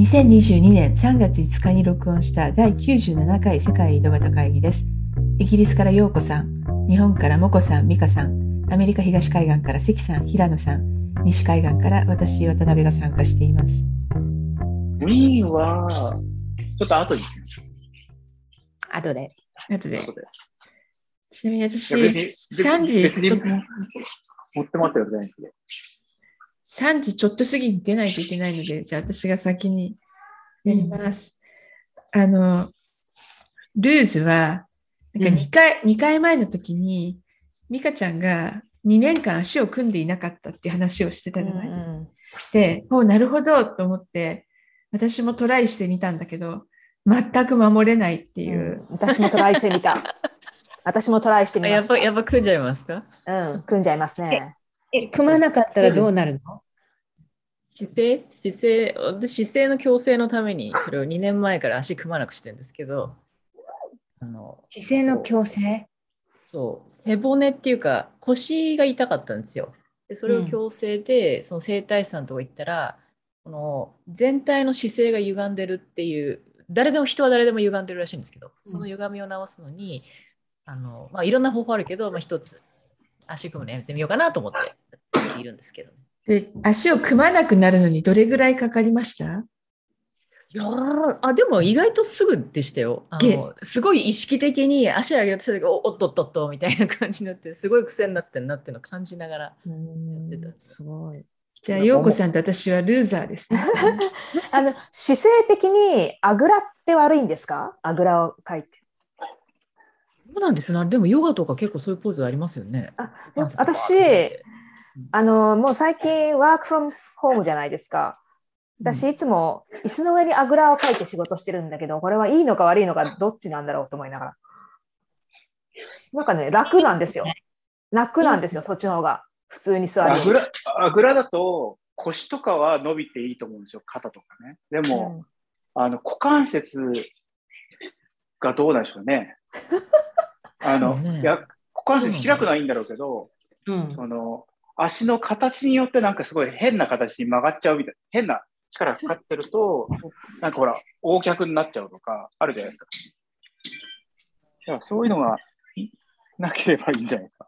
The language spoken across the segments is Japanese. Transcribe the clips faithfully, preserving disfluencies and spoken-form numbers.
にせんにじゅうにねんさんがついつかに録音しただいきゅうじゅうななかい世界井戸端会議です。イギリスから陽子さん、日本からもこさん、美香さん、アメリカ東海岸から関さん、平野さん、西海岸から私、渡辺が参加しています。 にいは、ちょっと後に。 後で。 後で。 後でちなみに私、さんじ別に持って待ってるわけじゃないんですけど。 さんじちょっと過ぎに出ないといけないので、じゃあ私が先にやります。うん、あの、ルーズは、なんかにかい、うん、にかいまえの時に、美香ちゃんがにねんかん足を組んでいなかったって話をしてたじゃない、うんうん、で、おなるほどと思って、私もトライしてみたんだけど、全く守れないっていう。 うん、私もトライしてみた。私もトライしてみました。 やっぱ、やっぱ組んじゃいますか？ うん、組んじゃいますね。 え、組まなかったらどうなるの？ 姿勢、姿勢、私姿勢の矯正のためにそれをにねんまえから足組まなくしてるんですけど、あの姿勢の矯正？ そう、背骨っていうか腰が痛かったんですよ。でそれを矯正で、うん、その整体師さんとか行ったら、この全体の姿勢が歪んでるっていう、誰でも人は誰でも歪んでるらしいんですけど、その歪みを直すのに、うん、あのまあ、いろんな方法あるけど、まあ、一つ足組むのやめてみようかなと思ってやっているんですけどね。 で、足を組まなくなるのにどれぐらいかかりました？ いやあでも意外とすぐでしたよ。あのすごい意識的に足上げようとした時おっとっとっとみたいな感じになって、すごい癖になってんなっていうのを感じながらやってた。 すごい。 じゃあ陽子さんと私はルーザーですね。 あの姿勢的にあぐらって悪いんですか？あぐらをかいて。 そうなんですね。でもヨガとか結構そういうポーズありますよね。 あ私あのもう最近ワークフロムホームじゃないですか。私いつも椅子の上にあぐらをかいて仕事してるんだけど、これはいいのか悪いのかどっちなんだろうと思いながら。なんかね、楽なんですよ。楽なんですよ、そっちの方が。普通に座る。 あぐら、あぐらだと腰とかは伸びていいと思うんですよ、肩とかね。でも、うん、あの股関節がどうなんでしょうね。あの、ね、いや股関節開くのはいいんだろうけど、うん、その足の形によってなんかすごい変な形に曲がっちゃうみたいな、変な力かかってると、なんかほら、横脚になっちゃうとかあるじゃないですか。だからそういうのがなければいいんじゃないですか。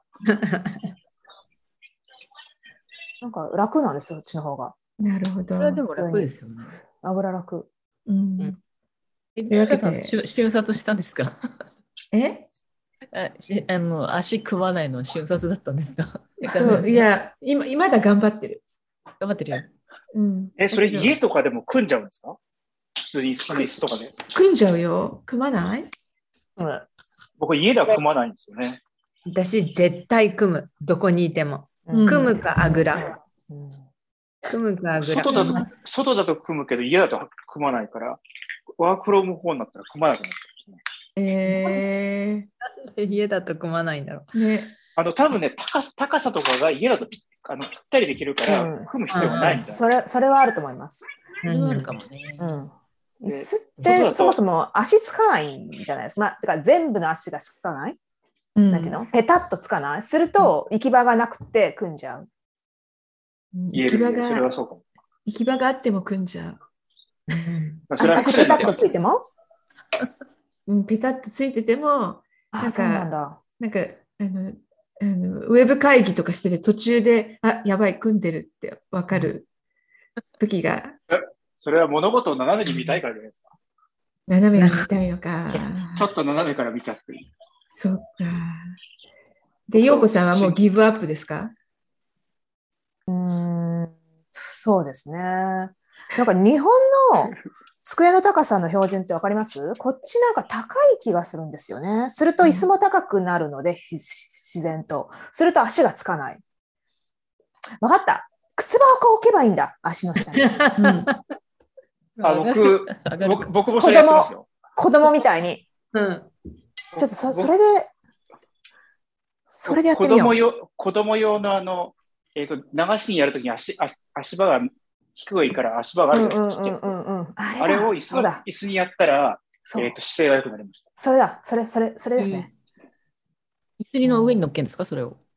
なんか楽なんですよ、そっちの方が。 なるほど。 それはでも楽ですよね。 あぐら楽。 うん。うん、 え、というわけで、瞬殺したんですか？ えああの足組まないの瞬殺だったんですか？ そういや今、今だ頑張ってる。 頑張ってるよ。 うん、 え、それ家とかでも組んじゃうんですか？普通に椅子とかで。 組んじゃうよ。組まない？ うん、僕家では組まないんですよね。 私絶対組む。どこにいても。うん、組むかあぐら。うん、組むかあぐら。 外だと、外だと組むけど家だと組まないから、ワークフロムホームになったら組まなくなっちゃうんですね。 えー、家だと組まないんだろう。ね。 あの多分ね、高さ、高さとかが家だとぴあのぴったりできるから、うん、組む必要がないみたいな。 それ、それはあると思います。 それはあるかもね。 うん椅子ってそもそも足つかないんじゃないですか。まあ、だから全部の足がつかない、うん、なんていうのペタッとつかないすると行き場がなくて組んじゃう。 行き場が、それはそうかも。 行き場があっても組んじゃう。 足ペタッとついてもうん、ペタッとついてても、 なんか、なんだなんかあのあのウェブ会議とかしてて途中で、あ、やばい、組んでるって分かる時が。 それは物事を斜めに見たいからじゃないですか。 斜めに見たいのか。 ちょっと斜めから見ちゃって。 そうか。で、陽子さんはもうギブアップですか？ うーん、そうですね。なんか日本の机の高さの標準って分かります？こっちなんか高い気がするんですよね。すると椅子も高くなるので、うん、自然と。すると足がつかない。分かった。靴箱を置けばいいんだ、足の下に。うんあ僕、僕、僕もそれやってますよ。 子供みたいに。うん。ちょっとそ、それで、それでやってみよう。 子供用、子供用のあの、えっと、流しにやるときに足、足、足場が低いから足場があるじゃないですか。あれを椅子の、椅子にやったら、えっと、姿勢が良くなりました。 それだ、それ、それ、それですね。 椅子の上に乗っけるんですか、それを。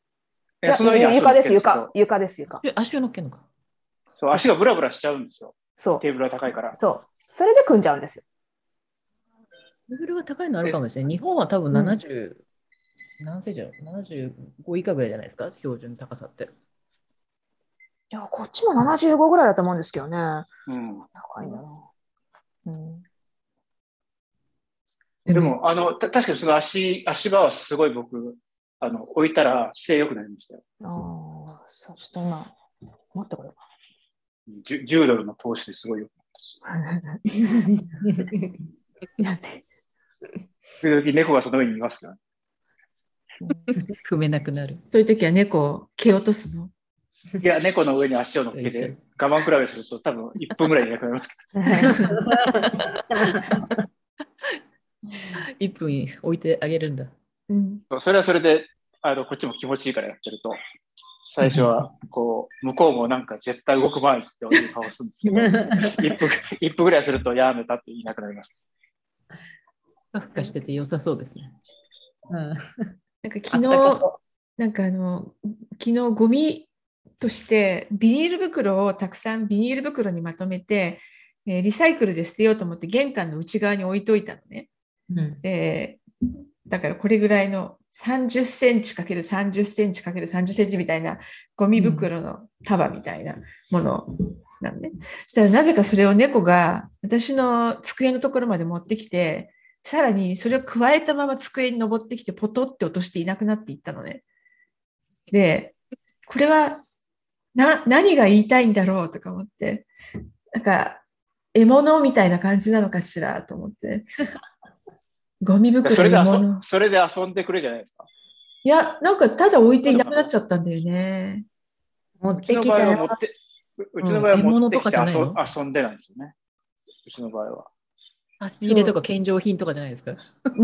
いや、その上に床です、床。床です、床。 足を乗っけるのか。 そう、足がブラブラしちゃうんですよ。 そう。 テーブルが高いから。 そう。それで組んじゃうんですよ。 レベルが高いのあるかもしれない。日本は多分ななじゅう、うん、何センチだろう ?ななじゅうご 以下ぐらいじゃないですか、標準高さって。 いや、こっちもななじゅうごぐらいだと思うんですけどね。 うん、 高いんだな。うん、 でも、あの、た確かにその足、足場はすごい僕、あの、置いたら姿勢良くなりましたよ。 ああ、そう、ちょっと今、持ってこようか。 じゅじゅうドルの投資ですごいよ。時々猫がその上にいますから。 踏めなくなる。 そういう時は猫を蹴落とすの？ いや、猫の上に足を乗っけて我慢比べすると多分いっぷんぐらいでなくなりますけど。 いっぷん置いてあげるんだ。 うん、それはそれであのこっちも気持ちいいからやってると、最初はこう向こうもなんか絶対動く前っていう顔するんですけど、いっぷん、いっぷんぐらいするとやめたって言いなくなります。 ふかふかしてて良さそうですね。 うん、なんか昨日、なんかあの、昨日ゴミとしてビニール袋をたくさんビニール袋にまとめて、えー、リサイクルで捨てようと思って玄関の内側に置いといたのね。うん、えー、だからこれぐらいのさんじゅっセンチかけるさんじゅっセンチかけるさんじゅっセンチみたいなゴミ袋の束みたいなものなのね。そしたらなぜかそれを猫が私の机のところまで持ってきて、さらにそれを加えたまま机に登ってきてポトって落としていなくなっていったのね。で、これはな何が言いたいんだろうとか思って、なんか獲物みたいな感じなのかしらと思って。ゴミ袋それで遊それで遊んでくれじゃないですか。 いや、なんかただ置いていなくなっちゃったんだよね。 持ってきたよ。うちの場合は持ってきて遊んでないんですよね。うちの場合は。 差し入れとか献上品とかじゃないですか。 うん、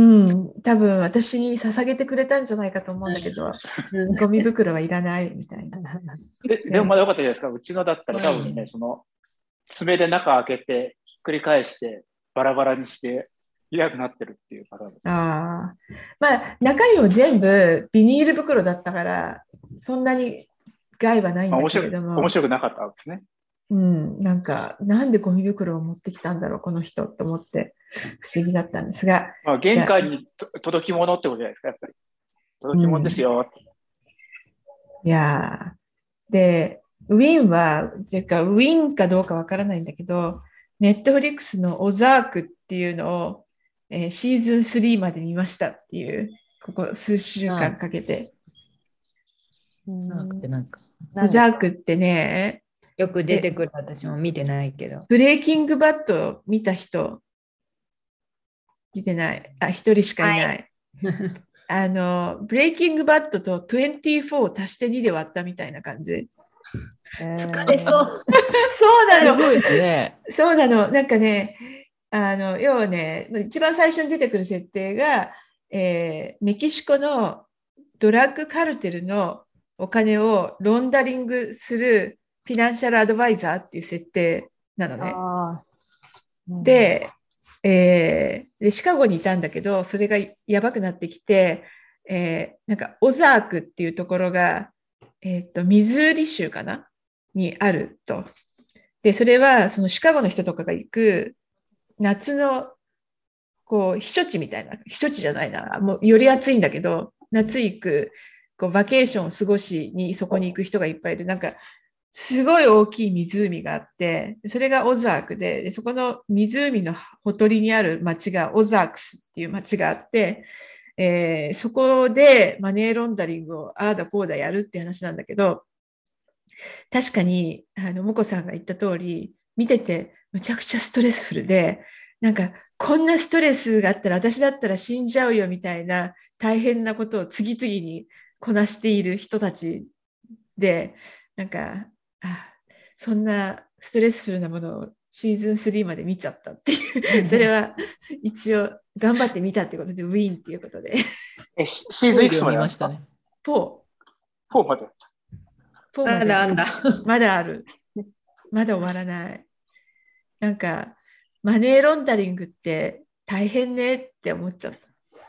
多分私に捧げてくれたんじゃないかと思うんだけど、うん、ゴミ袋はいらないみたいな。 で, でもまだよかったじゃないですか。うちのだったら多分ね、うん、その爪で中開けてひっくり返してバラバラにしていなくなってるっていうパターンです。 ああ、まあ中身も全部ビニール袋だったからそんなに害はないんだけれども、 まあ、面白くなかったわけですね。 うん、なんかなんでゴミ袋を持ってきたんだろうこの人と思って不思議だったんですが、 まあ、玄関に届き物ってことじゃないですか。やっぱり届き物ですよ、 うん、いやでウィンはていうかウィンかどうかわからないんだけど、ネットフリックスのオザークっていうのを、えー、シーズンスリーまで見ましたっていう、ここ数週間かけて。 オザークって何ですか？ オザークってね、 よく出てくる、私も見てないけど。 ブレイキングバッド見た人、見てない。あ、一人しかいない。はい、あの、ブレイキングバッドとにじゅうよんを足してにで割ったみたいな感じ。 疲れそう。 そうなの。 すごいですね。 そうなの。なんかね、あの、要はね、一番最初に出てくる設定が、えー、メキシコのドラッグカルテルのお金をロンダリングするフィナンシャルアドバイザーっていう設定なのね。うん、で、えー、で、シカゴにいたんだけど、それがやばくなってきて、えー、なんかオザークっていうところが、えー、とミズーリ州かなにあると。で、それはそのシカゴの人とかが行く夏のこう避暑地みたいな、避暑地じゃないな、もうより暑いんだけど、夏行くこうバケーションを過ごしにそこに行く人がいっぱいいる。なんかすごい大きい湖があって、それがオザーク で, で、そこの湖のほとりにある町がオザークスっていう町があって、えー、そこでマネーロンダリングをああだこうだやるって話なんだけど、確かにあのもこさんが言った通り、見ててむちゃくちゃストレスフルで、なんかこんなストレスがあったら私だったら死んじゃうよみたいな大変なことを次々にこなしている人たちで、なんかあそんなストレスフルなものをシーズンスリーまで見ちゃったっていうそれは一応頑張って見たってことでウィンっていうことでえシーズンいくつまで見ましたね。 フォー。 フォーまで。 フォーまで。まだあんだ。まだある。まだ終わらない。なんかマネーロンダリングって大変ねって思っちゃった。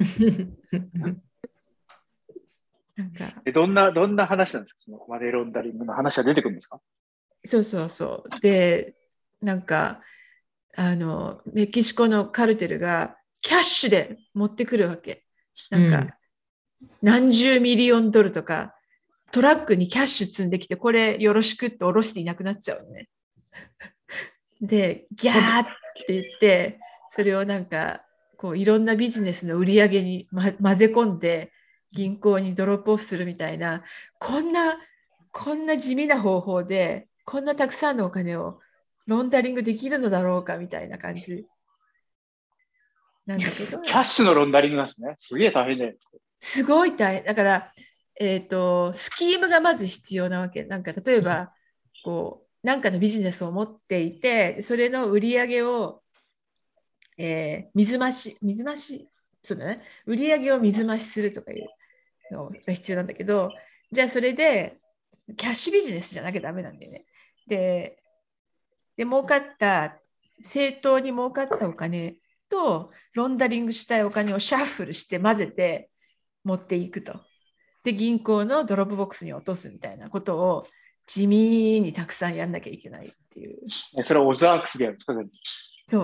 なんかどんなどんな話なんですか？そのマネーロンダリングの話は出てくるんですか？ そうそうそう。で、 なんかあのメキシコのカルテルがキャッシュで持ってくるわけ。なんか、うん、何十ミリオンドルとかトラックにキャッシュ積んできて、これよろしくって下ろしていなくなっちゃうのね。でギャーって言ってそれをなんかこういろんなビジネスの売り上げに、ま、混ぜ込んで銀行にドロップオフするみたいな、こんなこんな地味な方法でこんなたくさんのお金をロンダリングできるのだろうかみたいな感じなんだけど、 キャッシュのロンダリングなんですね。すげえ大変じゃないですか。 すごい大変だから、えーと、スキームがまず必要なわけ。なんか例えばこう何かのビジネスを持っていて、それの売り上げを、えー、水増し水増しそうだね、売り上げを水増しするとかいうのが必要なんだけど、じゃあそれでキャッシュビジネスじゃなきゃダメなんだよね。で、で儲かった正当に儲かったお金とロンダリングしたいお金をシャッフルして混ぜて持っていくと。で銀行のドロップボックスに落とすみたいなことを地味にたくさんやんなきゃいけないっていう。 それはオザークスでやるんですか？ そう。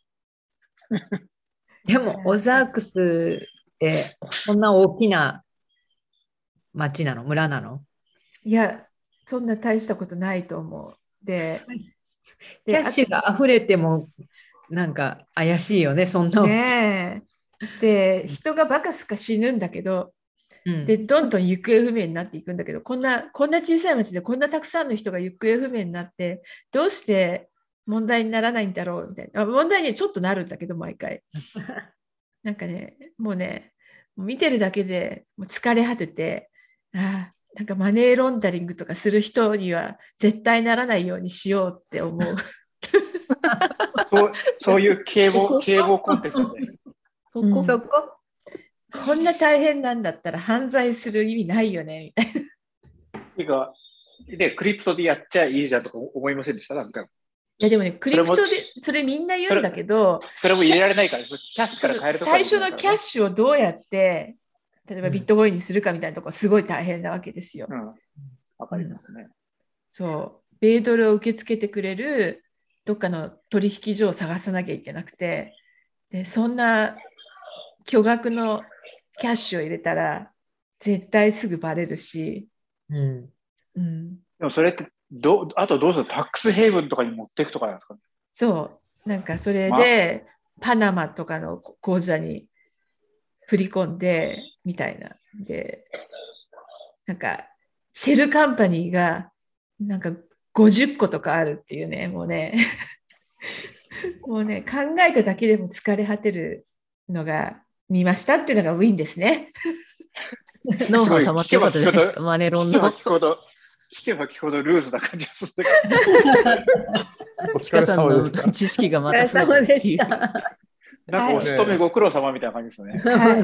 でもオザークスってそんな大きな町なの？村なの？ いや、そんな大したことないと思う。で、 キャッシュが溢れてもなんか怪しいよね、そんな。 ねえ。で、人がバカすか死ぬんだけど、うん、でどんどん行方不明になっていくんだけど、こんなこんな小さい町でこんなたくさんの人が行方不明になってどうして問題にならないんだろうみたいな。問題にちょっとなるんだけど毎回なんかね、もうね、見てるだけでもう疲れ果てて、ああなんかマネーロンダリングとかする人には絶対ならないようにしようって思うそう、そういう警棒警棒コンテストでそこ、うん、そここんな大変なんだったら犯罪する意味ないよねみたいな。 ていうかでクリプトでやっちゃいいじゃんとか思いませんでした？なんか。 いやでもね、クリプトでそれみんな言うんだけど、 それも入れられないから、キャッシュから変えるとか、 最初のキャッシュをどうやって例えばビットコインにするかみたいなところすごい大変なわけですよ。 うん、わかりますね、うん。 そう、米ドルを受け付けてくれるどっかの取引所を探さなきゃいけなくて、でそんな巨額のキャッシュを入れたら絶対すぐバレるし、 うんうん、 でもそれってどあとどうする？タックスヘイブンとかに持っていくとかなんですかね？ そう、なんかそれで、ま、パナマとかの口座に振り込んでみたいな。でなんかシェルカンパニーがなんかごじゅっこととかあるっていうね、もうねもうね考えただけでも疲れ果てるのが見ましたっていうのがウィンですね。 脳が溜まってよかったじゃないですか、マネロンの。 聞けば聞くほどルーズな感じがする。 ちかさんの知識がまた増えたっていう。 なんかお勤めご苦労様みたいな感じですね。 はい、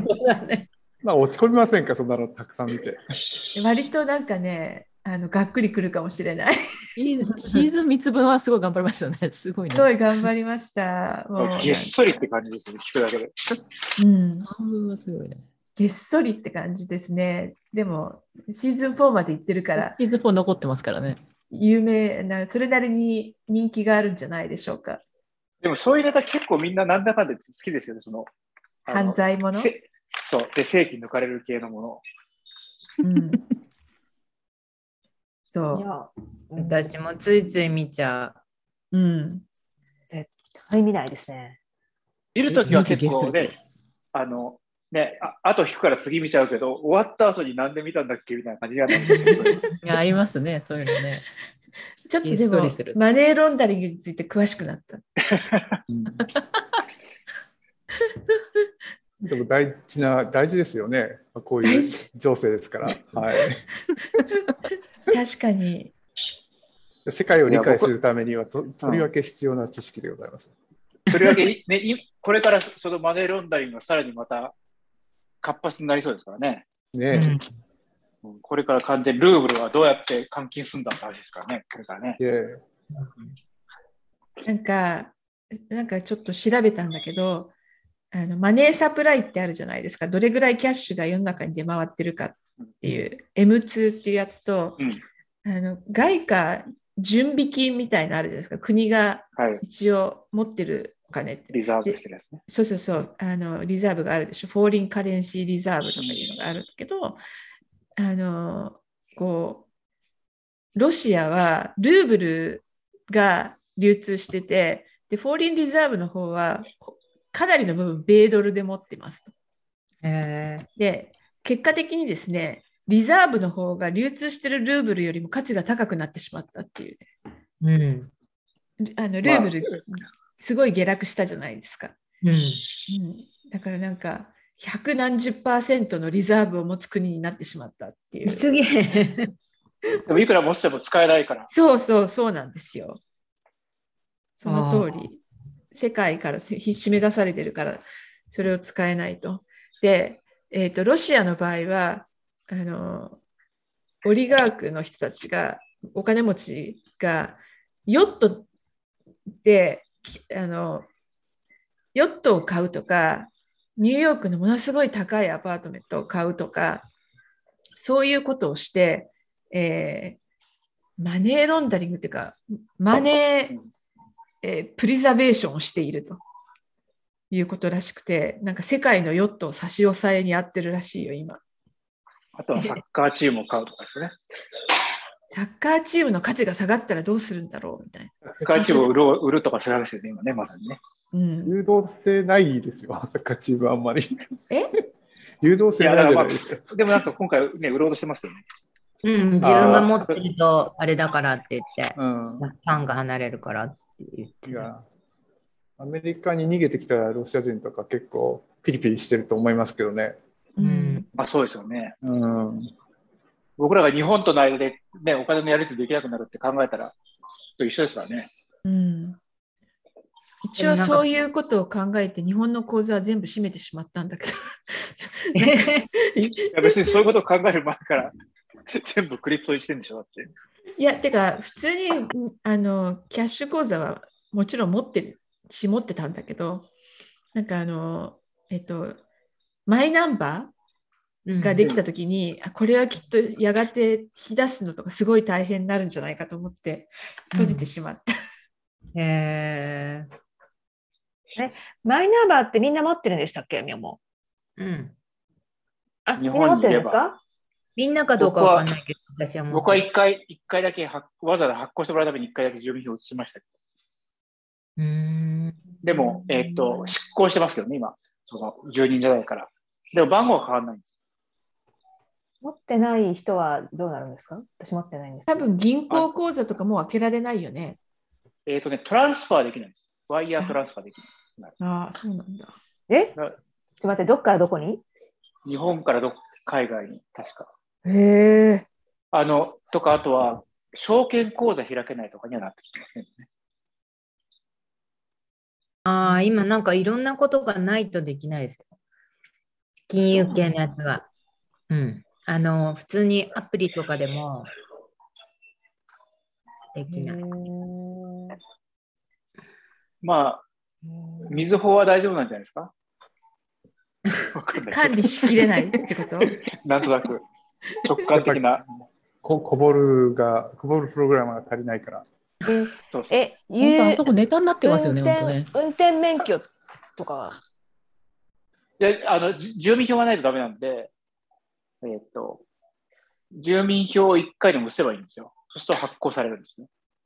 まあ落ち込みませんか、そんなのたくさん見て。 割となんかね、あのがっくりくるかもしれない。 シーズンみっつぶんはすごい頑張りましたね。すごいね。 すごい頑張りました。 もうげっそりって感じですね、聞くだけで。 うん。 さんぶんはすごいね。 げっそりって感じですね。でもシーズンフォーまで行ってるから。 シーズンフォー残ってますからね。 有名な、それなりに人気があるんじゃないでしょうか。 でもそういうネタ結構みんななんだかんだ好きですよね。その犯罪もの。 そう。で、正規抜かれる系のもの。 うん、そう。いや、 私もついつい見ちゃう。うん。 絶対見ないですね。 見るときは結構ね、あの、ね、あ, あと引くから次見ちゃうけど、終わった後になんで見たんだっけみたいな感じがあるんですよ。 いや、ありますね、そういうのね。 ちょっとでもマネーロンダリングについて詳しくなった。うん、 でも大事な大事ですよね。こういう情勢ですから。はい。 確かに。 世界を理解するためにはととりわけ必要な知識でございます。 とりわけ、ね、これからそのマネーロンダリングがさらにまた活発になりそうですからね。 ね、 うん、これから完全にルーブルはどうやって換金するんだって話ですからね。これからね。 Yeah. なんか、なんかちょっと調べたんだけど、あのマネーサプライってあるじゃないですか。どれぐらいキャッシュが世の中に出回ってるかっていう、うん、エムツー っていうやつと、うん、あの外貨準備金みたいなのあるじゃないですか。国が一応持ってるお金って。 リザーブしてるやつね。 そうそうそう。あの、リザーブがあるでしょ。フォーリンカレンシーリザーブとかいうのがあるんだけど、あの、こう、ロシアはルーブルが流通してて、で、フォーリンリザーブの方はかなりの部分、米ドルで持ってますと。 へーで、結果的にですね、リザーブの方が流通してるルーブルよりも価値が高くなってしまったっていう、 うんね。あのルーブル、すごい下落したじゃないですか。 うんうん、だからなんか、百何十パーセントのリザーブを持つ国になってしまったっていう。 すげえ。 でもいくら持ってても使えないから。 そうそうそうなんですよ。その通り。世界から締め出されてるから、それを使えないと。で、えーと、ロシアの場合は、あの、オリガークの人たちが、お金持ちが、ヨットで、あの、ヨットを買うとか、ニューヨークのものすごい高いアパートメントを買うとか、そういうことをして、えー、マネーロンダリングっていうか、マネー、えー、プリザベーションをしているということらしくて、なんか世界のヨットを差し押さえにやってるらしいよ、今。 あとはサッカーチームを買うとかですよね。 サッカーチームの価値が下がったらどうするんだろうみたいな。 サッカーチームを売る売るとかそういう話ですね、今ね、まさにね。 うん、 誘導性ないですよ、サッカーチームはあんまり。 え誘導性ないじゃないですか。 まあ、でもなんか今回ね、売ろうとしてますよね。 うん、自分が持ってるとあれだからって言って、 うん、 ファンが離れるからって言ってた。 アメリカに逃げてきたロシア人とか結構ピリピリしてると思いますけどね。 うん、 まあそうですよね。 うん、 僕らが日本との間で、ね、お金のやり取りできなくなるって考えたらと一緒ですからね。 うん、一応そういうことを考えて日本の口座は全部閉めてしまったんだけどいや別にそういうことを考える前から全部クリプトにしてるんでしょだって。 いやてか普通にあのキャッシュ口座はもちろん持ってるし持ってたんだけど、なんかあのえっとマイナンバーができたときに、うん、これはきっとやがて引き出すのとかすごい大変になるんじゃないかと思って閉じてしまった。 うん、へー。 え、マイナンバーってみんな持ってるんでしたっけ、みょも。 うん。 あ、みんな持ってるんですか？ みんなかどうかわかんないけど、 私はもう。僕は一回、一回だけわざわざ発行してもらうために一回だけ住民票を移しましたけど。 うーん。 でも、えっと、執行してますけどね、今。その住人じゃないから。でも番号は変わらないんです。 持ってない人はどうなるんですか？私持ってないんです。 多分銀行口座とかもう開けられないよね。 えっとね、トランスファーできないんです。ワイヤートランスファーできない。 ああ、そうなんだ。 え？ちょっと待って、どっからどこに？ 日本からど海外に、確か。 へえ。 あの、とか、あとは、証券口座開けないとかにはなってきてますね。 ああ、今なんかいろんなことがないとできないですよ。金融系のやつは。うん。あの、普通にアプリとかでもできない。 まあ、みずほは大丈夫なんじゃないですか？ 管理しきれないってこと？ なんとなく直感的なここぼるがこぼるプログラムが足りないから。 え、 そうそうえ、 本当あそこネタになってますよね、 運転、 本当ね。 運転免許とかは？ いや、あの住民票がないとダメなんで、えー、っと住民票をいっかいでも移せばいいんですよ。そうすると発行されるんですね。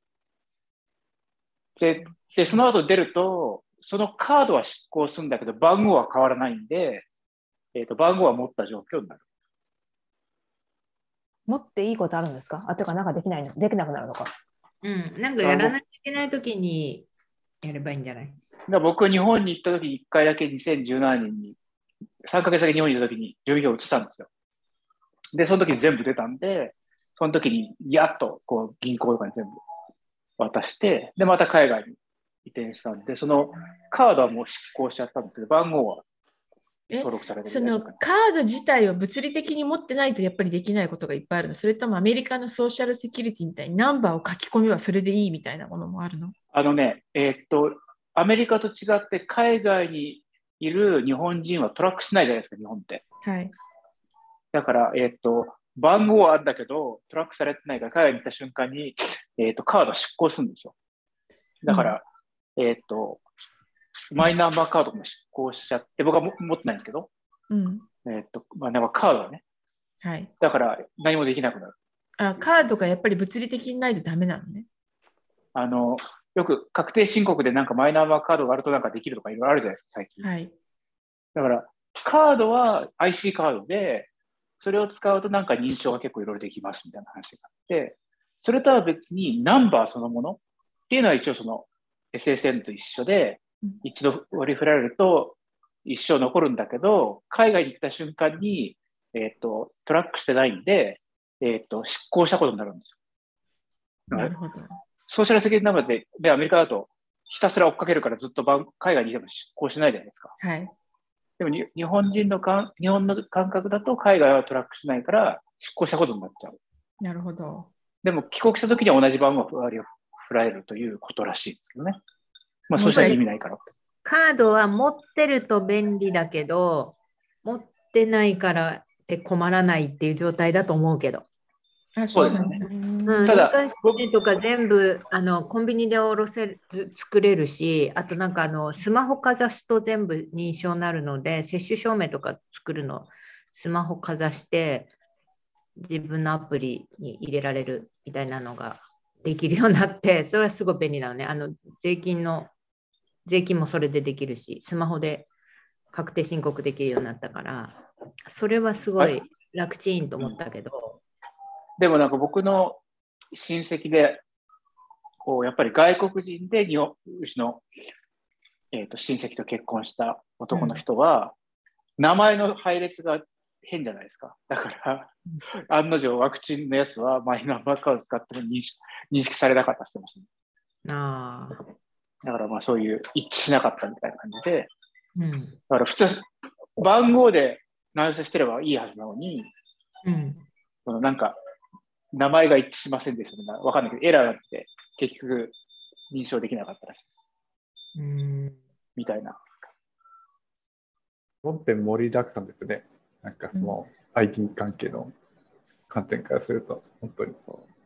で、でその後出ると、そのカードは執行するんだけど、番号は変わらないんで、えー、っと番号は持った状況になる。 持っていいことあるんですか？あ、というか、なんかできないの、できなくなるのか。 うん、なんかやらなきゃいけないときにやればいいんじゃない？ だ僕、日本に行ったときにいっかいだけにせんじゅうななねんに、さんかげつだけ日本にいたときに住民票を移したんですよ。で、その時に全部出たんで、その時にやっとこう銀行とかに全部渡して、で、また海外に移転したんで、そのカードはもう執行しちゃったんですけど、番号は登録されてる。 そのカード自体を物理的に持ってないとやっぱりできないことがいっぱいあるの？それともアメリカのソーシャルセキュリティみたいにナンバーを書き込めばそれでいいみたいなものもあるの？ あのね、えー、っと、アメリカと違って海外にいる日本人はトラックしないじゃないですか、日本って。 はい。 だから、えー、っと、番号はあるんだけど、トラックされてないから、海外に行った瞬間に、 えっと、カード失効するんですよ。だから、うん、えっと、マイナンバーカードも失効しちゃって、僕はも持ってないんですけど、 うん、 えっと、まあ、なんかカードはね。 はい。 だから何もできなくなる。 あ、カードがやっぱり物理的にないとダメなのね。 あの、よく確定申告でなんかマイナンバーカードがあるとなんかできるとかいろいろあるじゃないですか、最近。 はい。 だから、カードは アイシー カードで、それを使うとなんか認証が結構いろいろできますみたいな話があって、それとは別にナンバーそのものっていうのは一応その エスエスエヌ と一緒で、一度割り振られると一生残るんだけど、海外に行った瞬間に、えっと、トラックしてないんで、えっと、失効したことになるんですよ。 なるほど。 ソーシャルセキュリティナンバーで、で、アメリカだとひたすら追っかけるからずっと海外にいても失効しないじゃないですか。 はい。 でも日本人のか日本の感覚だと海外はトラックしないから失効したことになっちゃう。 なるほど。 でも帰国した時には同じ番号を振られるということらしいんですけどね。まあそうしたら意味ないから。 カードは持ってると便利だけど、持ってないからって困らないっていう状態だと思うけど。 あ、そうですね。 うん、ただ、とか全部あのコンビニでおろせる作れるし、あとなんかあのスマホかざすと全部認証になるので、接種証明とか作るのスマホかざして自分のアプリに入れられるみたいなのができるようになって、それはすごい便利なのね。あの税金の税金もそれでできるし、スマホで確定申告できるようになったから、それはすごい楽ちんと思ったけど。 でもなんか僕の親戚で、こうやっぱり外国人で日本うちの、えーと、親戚と結婚した男の人は、うん、名前の配列が変じゃないですか。だから、うん、案の定ワクチンのやつはマイナンバーカード使っても認識、認識されなかったって言ってましたね。 ああ。 だからまあそういう一致しなかったみたいな感じで、 うん、だから普通番号で内接してればいいはずなのに、 うん、 そのなんか名前が一致しませんでしたね。わかんないけどエラーがあって結局認証できなかったらしいです。 うん、 みたいな。 本編盛りだくさんですね。なんかその アイティー 関係の観点からすると本当にこう。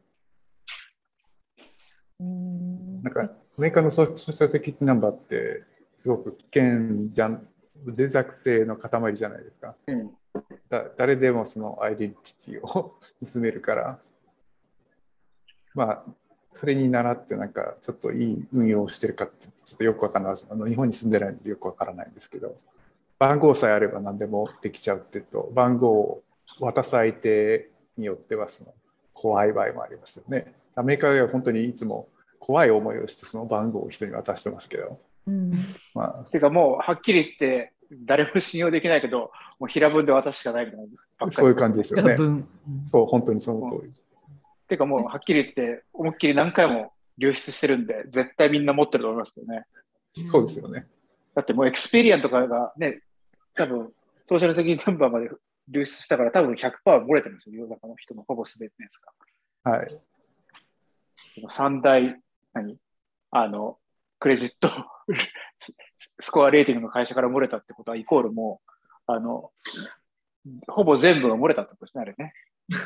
なんかアメリカのソーシャルセキュリティナンバーってすごく危険じゃん、脆弱性の塊じゃないですか。うん、だ誰でもそのアイデンティティを盗めるから、まあそれに倣ってなんかちょっといい運用をしてるかってちょっとよくわからない、あの日本に住んでないのでよくわからないんですけど、番号さえあれば何でもできちゃうっていうと、番号を渡す相手によってはその怖い場合もありますよね。アメリカでは本当にいつも怖い思いをしてその番号を人に渡してますけど、 うん、 まあ、てかもうはっきり言って誰も信用できないけど、もう平文で渡すしかないみたいな。 そういう感じですよね。そう、本当にその通り。うん、 てかもうはっきり言って思いっきり何回も流出してるんで、絶対みんな持ってると思いますけどね。 そうですよね。 だってもうエクスペリアンとかがね、多分ソーシャルセキュリティナンバーまで流出したから多分 ひゃくパーセント 漏れてるんですよ、世の中の人のほぼ全てのやつが。はい。 三大、何あの、クレジットスコアレーティングの会社から漏れたってことは、イコールもう、あの、ほぼ全部が漏れたってことですね、あれね。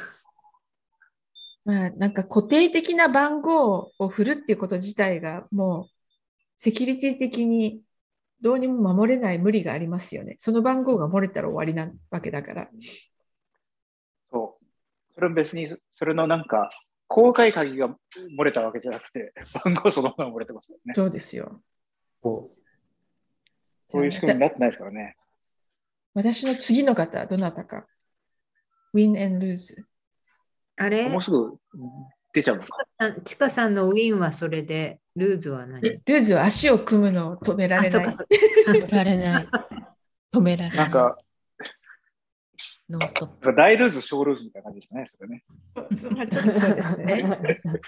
まあ、なんか固定的な番号を振るっていうこと自体が、もう、セキュリティ的にどうにも守れない無理がありますよね。その番号が漏れたら終わりなわけだから。 そう。それも別に、それのなんか、公開鍵が漏れたわけじゃなくて、番号そのものが漏れてますよね。 そうですよ。 そうそういう仕組みになってないですからね。 私の次の方、どなたか。Win and lose。 あれもうすぐ出ちゃうんですか？ ちかさんのウィンはそれで、ルーズは何？ ルーズは足を組むのを止められない。 止められない。止められない。 なんか、 ノンストップ。 大ルーズ、小ルーズみたいな感じですね、それね。 まあ、ちょっとそうですね。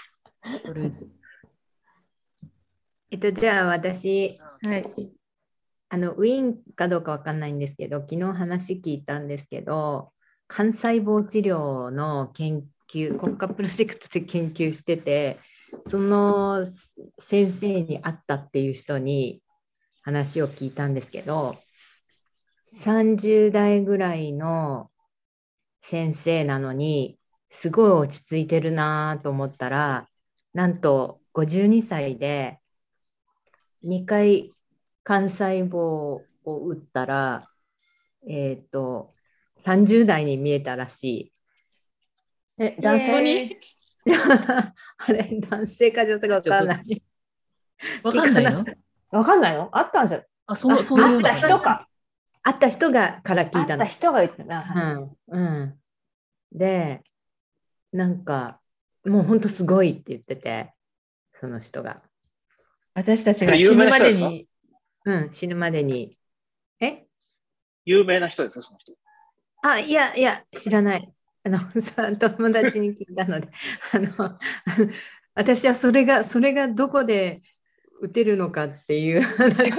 えっと、じゃあ私、 はい、 あのウィンかどうかわかんないんですけど、昨日話聞いたんですけど、幹細胞治療の研究、国家プロジェクトで研究してて、その先生に会ったっていう人に話を聞いたんですけど、さんじゅう代ぐらいの先生なのに、すごい落ち着いてるなと思ったら、 なんとごじゅうにさいでにかい幹細胞を打ったら、えっと、さんじゅう代に見えたらしい。 え、男性にあれ、男性か女性かわかんない。 わかんないの？ わかんないの？あったんじゃあ、その、 あ、 そういうの会った人か。 会った人がから聞いたの。 会った人が言ってたな。 うんうん、で、なんか、もう本当すごいって言ってて、その人が。 私たちが死ぬまでに。 うん、死ぬまでに。え有名な人ですか、その人。 あ、いやいや、知らない。あの、さ友達に聞いたので、あの、私はそれが、それがどこで打てるのかっていう話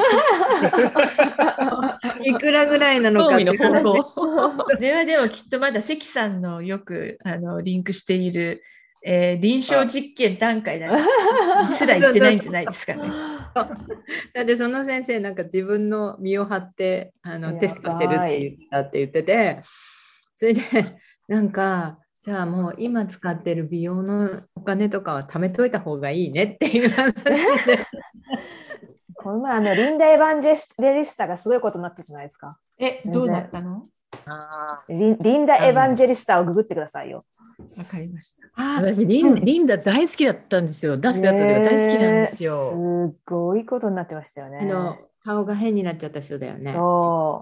いくらぐらいなのかっていう話。 それはでもきっとまだ関さんのよくあのリンクしている、えー、臨床実験段階だすら言ってないんじゃないですかね。 だってその先生なんか自分の身を張ってあのテストしてるって言ったって言ってて、それでなんかじゃあもう今使ってる美容のお金とかは貯めといた方がいいねっていう話でこの前あのリンダ・エヴァンジェリスタがすごいことになったじゃないですか。 え、どうなったの？ あリンリンダ・エヴァンジェリスタをググってくださいよ。 わかりました。 私リン、うん、リンダ大好きだったんですよ。出してあった時は大好きなんですよ。 すごいことになってましたよね。 あの顔が変になっちゃった人だよね。 そう。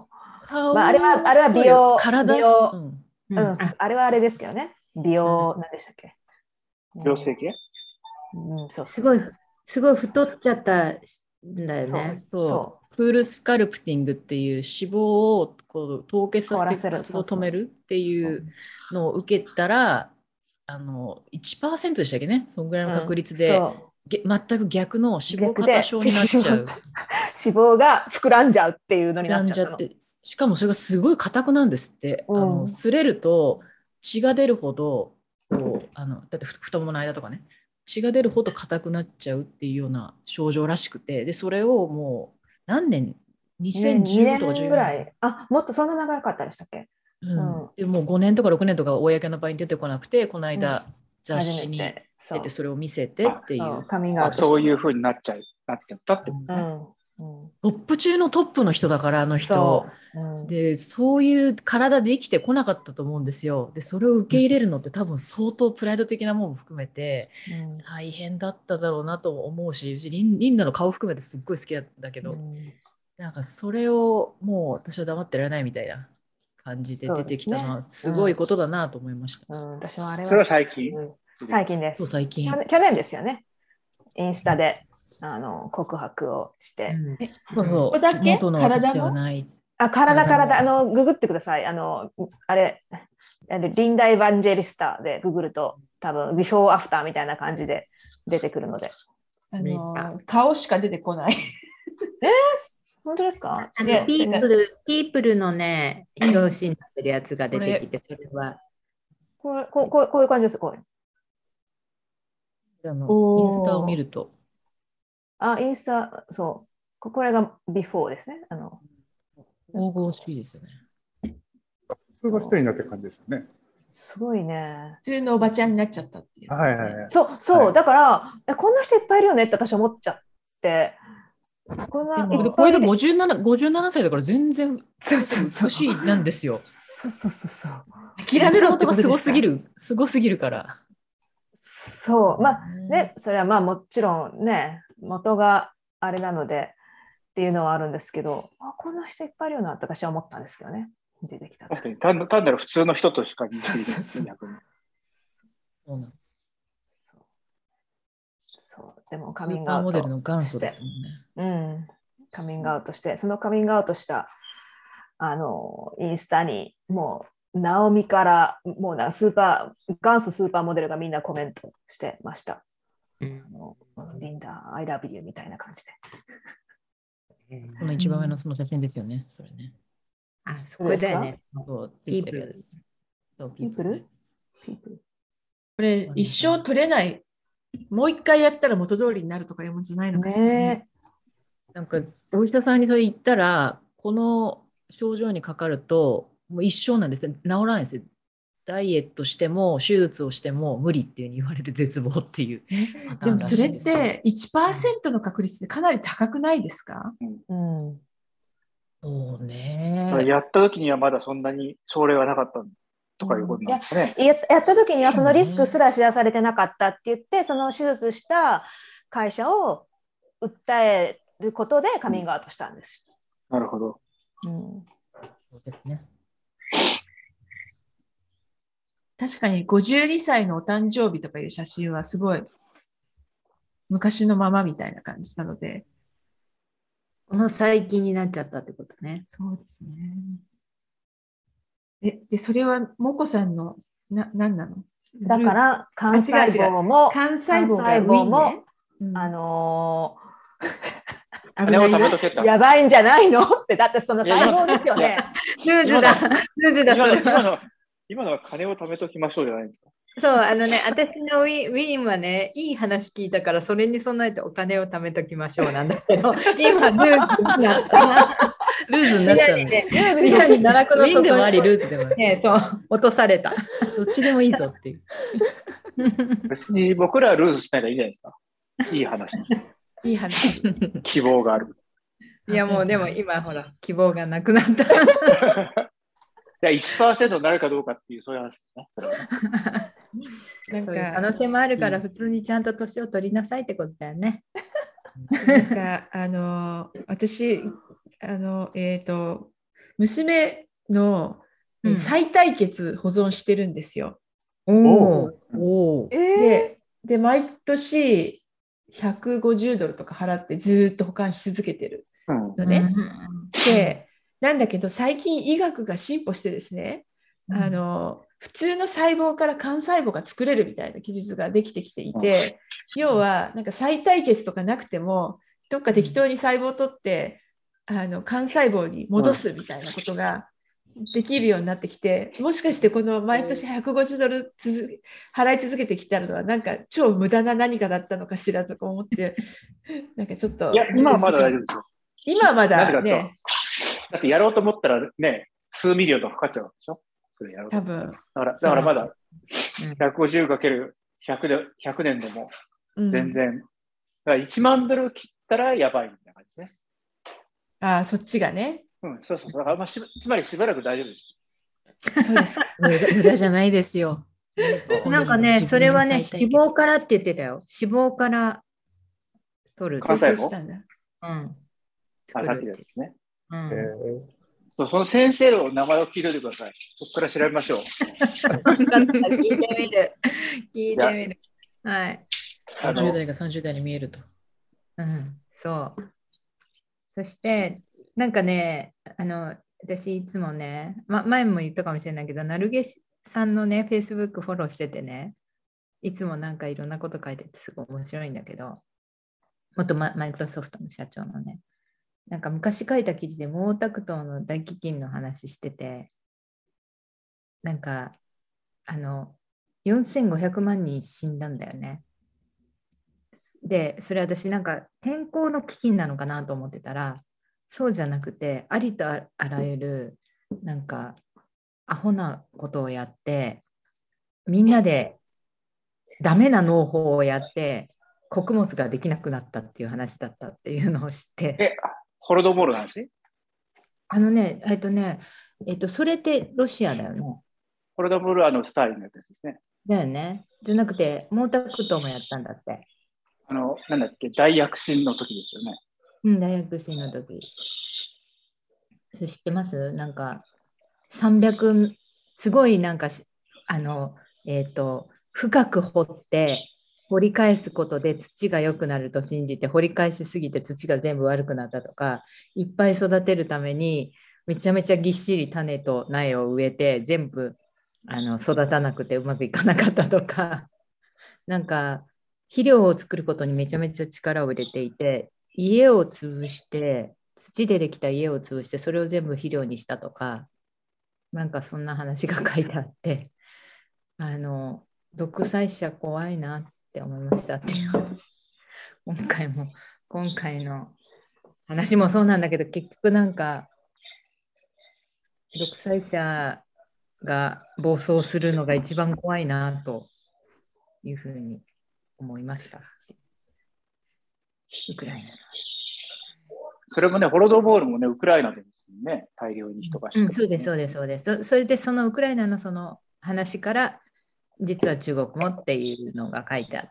まあ、あれはあれは美容、 体美容、 うんうんうん、あれはあれですけどね。美容、何でしたっけ？ 美容整形？ うん、そうすごいすごい太っちゃったんだよね。 そうそうクールスカルプティングっていう脂肪をこう凍結させて活動を止めるっていうのを受けたらあの いちパーセント でしたっけね、そのぐらいの確率で、うん、全く逆の脂肪過多症になっちゃう。 脂肪が膨らんじゃうっていうのになっちゃったの。 しかもそれがすごい硬くなんですって、うん、あの擦れると血が出るほどこうあのだって太ももの間とかね血が出るほど硬くなっちゃうっていうような症状らしくて、でそれをもう何年にせんじゅうごとかじゅうよねんぐらい、あ、もっとそんな長かったでしたっけ？ うん、でもうごねんとかろくねんとか公の場に出てこなくて、この間、うん、雑誌に出てそれを見せてっていう。 あ、そういう風になっちゃう、なっちゃったってことね。うんうん、トップ中のトップの人だからあの人そう、うん、でそういう体で生きてこなかったと思うんですよ。でそれを受け入れるのって多分相当プライド的なものも含めて大変だっただろうなと思うし、リン、リンダの顔含めてすっごい好きだけど、うん、なんかそれをもう私は黙ってられないみたいな感じで出てきたのはすごいことだなと思いました。 うんうん、私もあれはそれは最近、 最近です。 そう最近去年ですよね。インスタであの告白をして、 うん、そうそう、 だけ元の体ではないあ体体あのググってください。あのあれリンダ・エヴァンジェリスタでググると多分ビフォーアフターみたいな感じで出てくるので、 あの顔しか出てこない。 えー、本当ですか？ あのピープルピープルのね表紙になってるやつが出てきて、それはこれこうこうこういう感じです。こうあのインスタを見ると。 あ、インスタ、そう。これがビフォーですね。あの神々しいですよね。 普通の人になってる感じですよね。 すごいね。 普通のおばちゃんになっちゃったっていう、ね。 はいはいはい。 そう、そう、 はい、 だからえ、こんな人いっぱいいるよねって私は思っちゃって。 こんなこれでごじゅうなな、ごじゅうななさいだから全然そうそうそう年なんですよ。 そうそうそうそう。 諦めろってことですか？ すごすぎる、すごすぎるから。 そう、まあね、それはまあもちろんね、元があれなのでっていうのはあるんですけど、あ、こんな人いっぱいいるよなって私は思ったんですけどね。出てきた。 確かに単、単なる普通の人としか見てない。 そうなんそう、でもカミングアウト。 アウトモデルの元祖ですもんね。 うん、カミングアウトして、そのカミングアウトしたあのインスタにもうナオミからもうなスーパー元祖スーパーモデルがみんなコメントしてました。うん、あのリンダ、I love you みたいな感じで。 この一番上のその写真ですよね、それね。 あ、そこだよね。 ピープル。 ピープルピープル。 これ一生取れない。もう一回やったら元通りになるとかいうもんじゃないのかしらね。ね、 なんかお医者さんにそれ言ったら、この症状にかかるともう一生なんですよ。治らないですよ。 ダイエットしても手術をしても無理っていうふうに言われて絶望っていうパターンらでもそれっしいですよ。 て いちパーセント の確率でかなり高くないですか？ うんそうだからね。 やった時にはまだそんなに症例はなかったとかいうことなんですかね。 ややった時にはそのリスクすら知らされてなかったって言って、その手術した会社を訴えることでカミングアウトしたんですよ。 なるほど。 うんそうですね。 確かにごじゅうにさいのお誕生日とかいう写真はすごい昔のままみたいな感じなので。 この最近になっちゃったってことね。 そうですね。え、で、それはもこさんの、な、なんなの？ だから幹細胞も幹細胞がウィンも、 ね。うん、 あのー、 金を貯めとけた。 ー、やばいんじゃないのって、だってその細胞ですよね。 ルーズだ、ルーズだ、それは。 今の、今のは金を貯めときましょうじゃないんですか。 そう、あのね、私のウィン、ウィンはね、いい話聞いたから、それに備えてお金を貯めときましょうなんだけど、今、ルーズになった。 ルーズになったの。 ね、ルーズに奈落の底ウィンでもあり、ルーズでもあり。 ね、そう、落とされた。 どっちでもいいぞっていう。 別に僕らはルーズしないでいいじゃないですか。いい話。 いい話。 希望がある。 いや、もうでも今、ほら、希望がなくなった。 いや いちパーセント になるかどうかっていう、そういう話ですね。それはねなんそういう可か、 能性もあるから、普通にちゃんと年を取りなさいってことだよね。 なんか、あの、私、あの、えっと、娘のうん再対決保存してるんですよ。 おおおー。 で、で、毎年ひゃくごじゅうドルとか払ってずっと保管し続けてるうんのね。 うんで、なんだけど最近医学が進歩してですね、 うんあの普通の細胞から幹細胞が作れるみたいな技術ができてきていて、要はなんか再対決とかなくてもどっか適当に細胞を取ってあの幹細胞に戻すみたいなことができるようになってきて、もしかしてこの毎年ひゃくごじゅうドル続払い続けてきたのはなんか超無駄な何かだったのかしらとか思ってなんかちょっといや、今はまだ大丈夫ですよ。 今はまなぜかとだね、 だってやろうと思ったらね、数ミリオンとかかかっちゃうわけでしょ。それやろうと多分。 だから、だからまだ ひゃくごじゅうかけるひゃく で、ひゃくねんでも全然、うん、だからいちまんドル切ったらやばいみたいな感じですね。 ああ、そっちがね。 うん、そうそうそう。だからまあしつまりしばらく大丈夫です。 そうですか。 無駄じゃないですよ。 なんかね、それはね、脂肪からって言ってたよ。脂肪から取る。 幹細胞したんだ。 うん。 あ、さっきのやつですね。 うん。 えーそうその先生の名前を聞いておいてください。そこから調べましょう。 聞いてみる。聞いてみる。はい。 さんじゅう代がさんじゅう代に見えると。 うん、そう。そして、なんかね、あの、私いつもね、ま、前も言ったかもしれないけど、なるげさんのね、Facebook フォローしててね、いつもなんかいろんなこと書いててすごい面白いんだけど、元マイクロソフトの社長のね、なんか昔書いた記事で毛沢東の大飢饉の話してて、なんかあのよんせんごひゃくまんにん死んだんだよね。で、それ私なんか天候の飢饉なのかなと思ってたら、そうじゃなくてありとあらゆるなんかアホなことをやって、みんなでダメな農法をやって穀物ができなくなったっていう話だったっていうのを知って。 えホロドモールの話？ あのね、えっとね、えっと、それってロシアだよね。 ホロドモールはあのスターリンのやつですね。 だよね。じゃなくて、毛沢東もやったんだって。 あの、なんだっけ、大躍進の時ですよね。 うん、大躍進の時。それ知ってます？なんか、さんびゃく、すごいなんか、あの、えっと、深く掘って、掘り返すことで土が良くなると信じて、掘り返しすぎて土が全部悪くなったとか、いっぱい育てるためにめちゃめちゃぎっしり種と苗を植えて全部あの育たなくてうまくいかなかったとか、なんか肥料を作ることにめちゃめちゃ力を入れていて、家を潰して土でできた家を潰してそれを全部肥料にしたとか、なんかそんな話が書いてあって、あの独裁者怖いなって思いましたっていう話。今回も今回の話もそうなんだけど、結局なんか独裁者が暴走するのが一番怖いなというふうに思いました。ウクライナ。 それもね、ホロドモールもね、ウクライナでですね、大量に人が死んで、 うん、そうです、そうです、そうです。そそれでそのウクライナのその話から、実は中国もっていうのが書いてあって、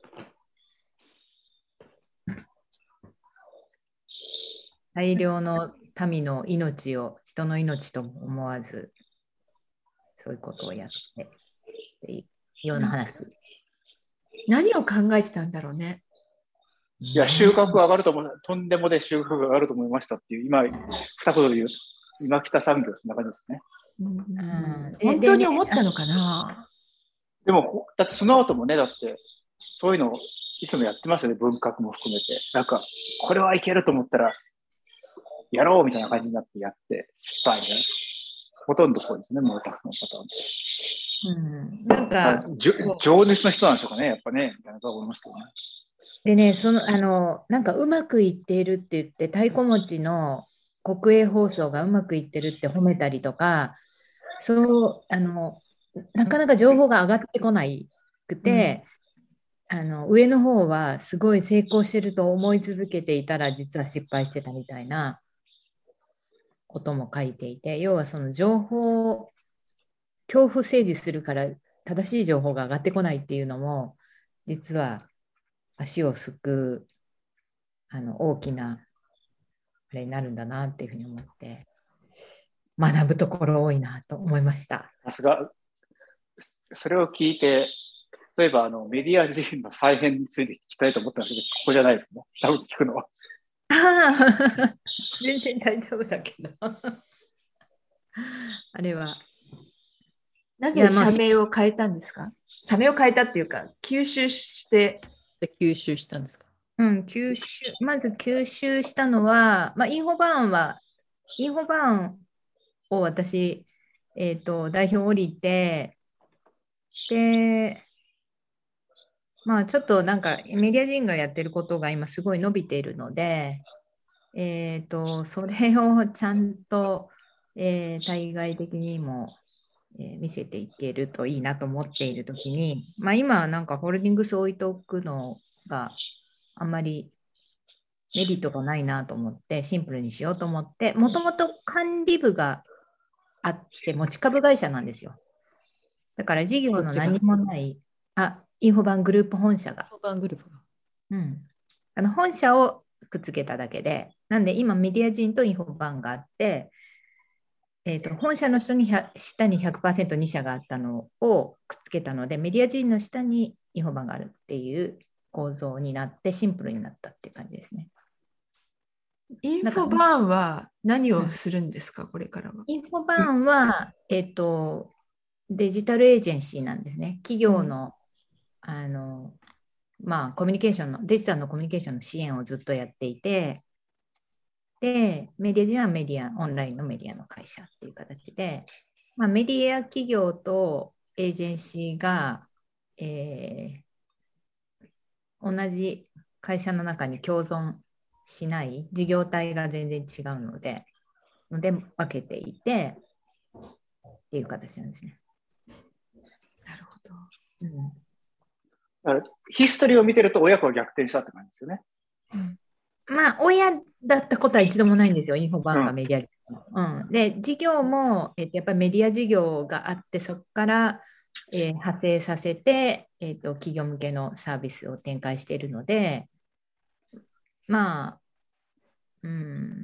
大量の民の命を人の命とも思わず、そういうことをやってっていうような話。 何を考えてたんだろうね。 いや、収穫上がると思う、とんでもで収穫が上がると思いましたっていう、今、二言で言う、今北産業、そんな感じですね。 うんうん本当に思ったのかな。 でも、だってその後もね、だって、そういうのをいつもやってますよね、文革も含めて。なんか、これはいけると思ったら、やろうみたいな感じになってやって、失敗ね。ほとんどそうですね、もうたくさんのパターンで。 うん、なんかじょ情熱の人なんでしょうかね、やっぱね、みたいなと思いますけどね。 でね、そのあのなんかうまくいっているって言って、太鼓持ちの国営放送がうまくいってるって褒めたりとか、そうあのなかなか情報が上がってこないくて、うん、あの上の方はすごい成功してると思い続けていたら、実は失敗してたみたいなことも書いていて、要はその情報、恐怖政治するから正しい情報が上がってこないっていうのも、実は足をすくうあの大きなあれになるんだなっていうふうに思って、学ぶところ多いなと思いました。 さすが、それを聞いて、例えばあのメディア人の再編について聞きたいと思ったんですけど、ここじゃないですね。多分聞くのは。 ああ、全然大丈夫だけど。あれは。 なぜ社名を変えたんですか？社名を変えたっていうか、吸収して。 吸収したんですか？ うん、吸収、まず吸収したのは、まあ、インフォバーンは、インフォバーンを私、えっと、代表降りて、で、まあちょっとなんかメディア人がやってることが今すごい伸びているので、えっと、それをちゃんと、えー、対外的にも、えー、見せていけるといいなと思っているときに、まあ今はなんかホールディングス置いておくのがあんまりメリットがないなと思って、シンプルにしようと思って、もともと管理部があって持ち株会社なんですよ。だから事業の何もない、あ、インフォバングループ本社が。 インフォバングループが。 うん。あの本社をくっつけただけで、なんで今メディア人とインフォバンがあって、えーと、本社の人に下に ひゃくパーセントに 社があったのをくっつけたので、メディア人の下にインフォバンがあるっていう構造になってシンプルになったっていう感じですね。 インフォバーンは何をするんですか、うん、これからは。 インフォバーンは、えーと、デジタルエージェンシーなんですね。企業の、うん、あの、まあ、コミュニケーションの、デジタルのコミュニケーションの支援をずっとやっていて、で、メディア人はメディア、オンラインのメディアの会社っていう形で、まあ、メディア企業とエージェンシーが、えー、同じ会社の中に共存しない、事業体が全然違うので、ので分けていて、っていう形なんですね。 なるほど。 うん、 だからヒストリーを見てると親子が逆転したって感じですよね。 うんまあ、親だったことは一度もないんですよ、インフォバンがメディア事業、うんうん。で、事業も、えっと、やっぱりメディア事業があって、そこから、えー、派生させて、えっと、企業向けのサービスを展開しているので、まあ、うん、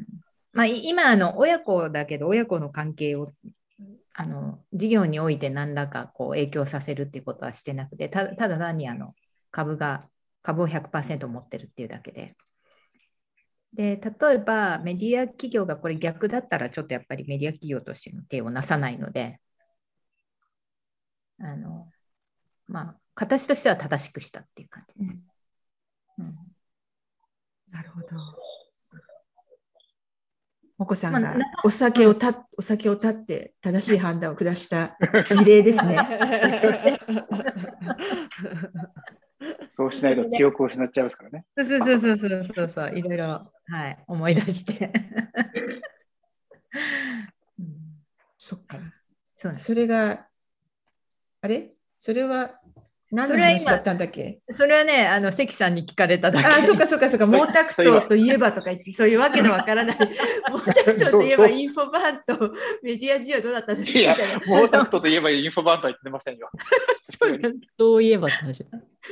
まあ、今あの、親子だけど、親子の関係をあの事業において何らかこう影響させるっていうことはしてなくて、た, ただ単にあの株が、株を ひゃくパーセント 持ってるっていうだけで。で、例えばメディア企業がこれ逆だったらちょっとやっぱりメディア企業としての手をなさないので、あのまあ形としては正しくしたっていう感じです。うんうん、 なるほど。もこさんがお酒をた、お酒を断って正しい判断を下した事例ですね。 そうしないと記憶を失っちゃいますからね。 そうそうそうそうそうそう、いろいろ、はい、思い出して。 うん、そっか。 そうです。 それが、あれそれは何のそれは今話だったんだっけ？ それはね、あの関さんに聞かれただけ。 あ、そうかそうかそうか、毛沢東といえばとか言って、そういうわけのわからない。毛沢東といえばインフォバンとメディア自由どうだったんですか？ いや、毛沢東といえばインフォバンとは言ってませんよ。 そうなんだ。 そういえばって話。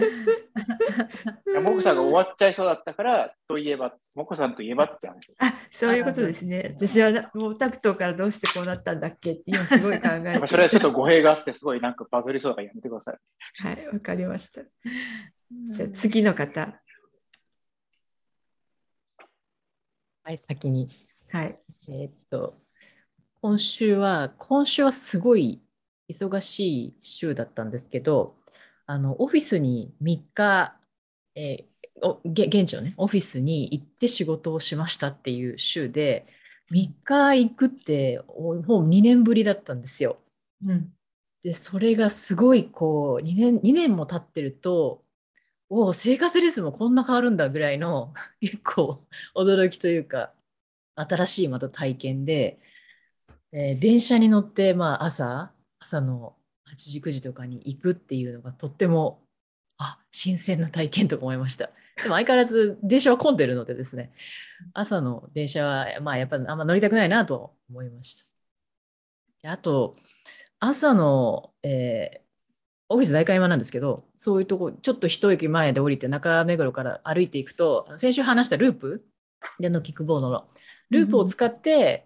もこさんが終わっちゃいそうだったから、といえば、もこさんといえばって話。 あ、そういうことですね。私は毛沢東からどうしてこうなったんだっけって今すごい考えて。 それはちょっと語弊があって、すごいなんかバズりそうだからやめてください。 はい、わかりました。じゃあ次の方。 はい、先に。 はい。 えーっと、今週は、今週はすごい忙しい週だったんですけど、あの、オフィスにみっか、えーおげ現地のね、オフィスに行って仕事をしましたっていう週で、みっか行くっておもうにねんぶりだったんですよ。 うん。 で、それがすごいこう、2年、にねんも経ってると、おお、生活リズムこんな変わるんだぐらいの結構驚きというか、新しいまた体験で、えー電車に乗って、まあ、朝、朝のはちじ、くじとかに行くっていうのがとっても、あ、新鮮な体験と思いました。でも相変わらず電車は混んでるのでですね、朝の電車は、まあ、やっぱりあんま乗りたくないなと思いました。であと、朝の、えーオフィス代官山なんですけど、そういうとこ、ちょっと一駅前で降りて中目黒から歩いていくと、先週話したループでのキックボードのループを使って、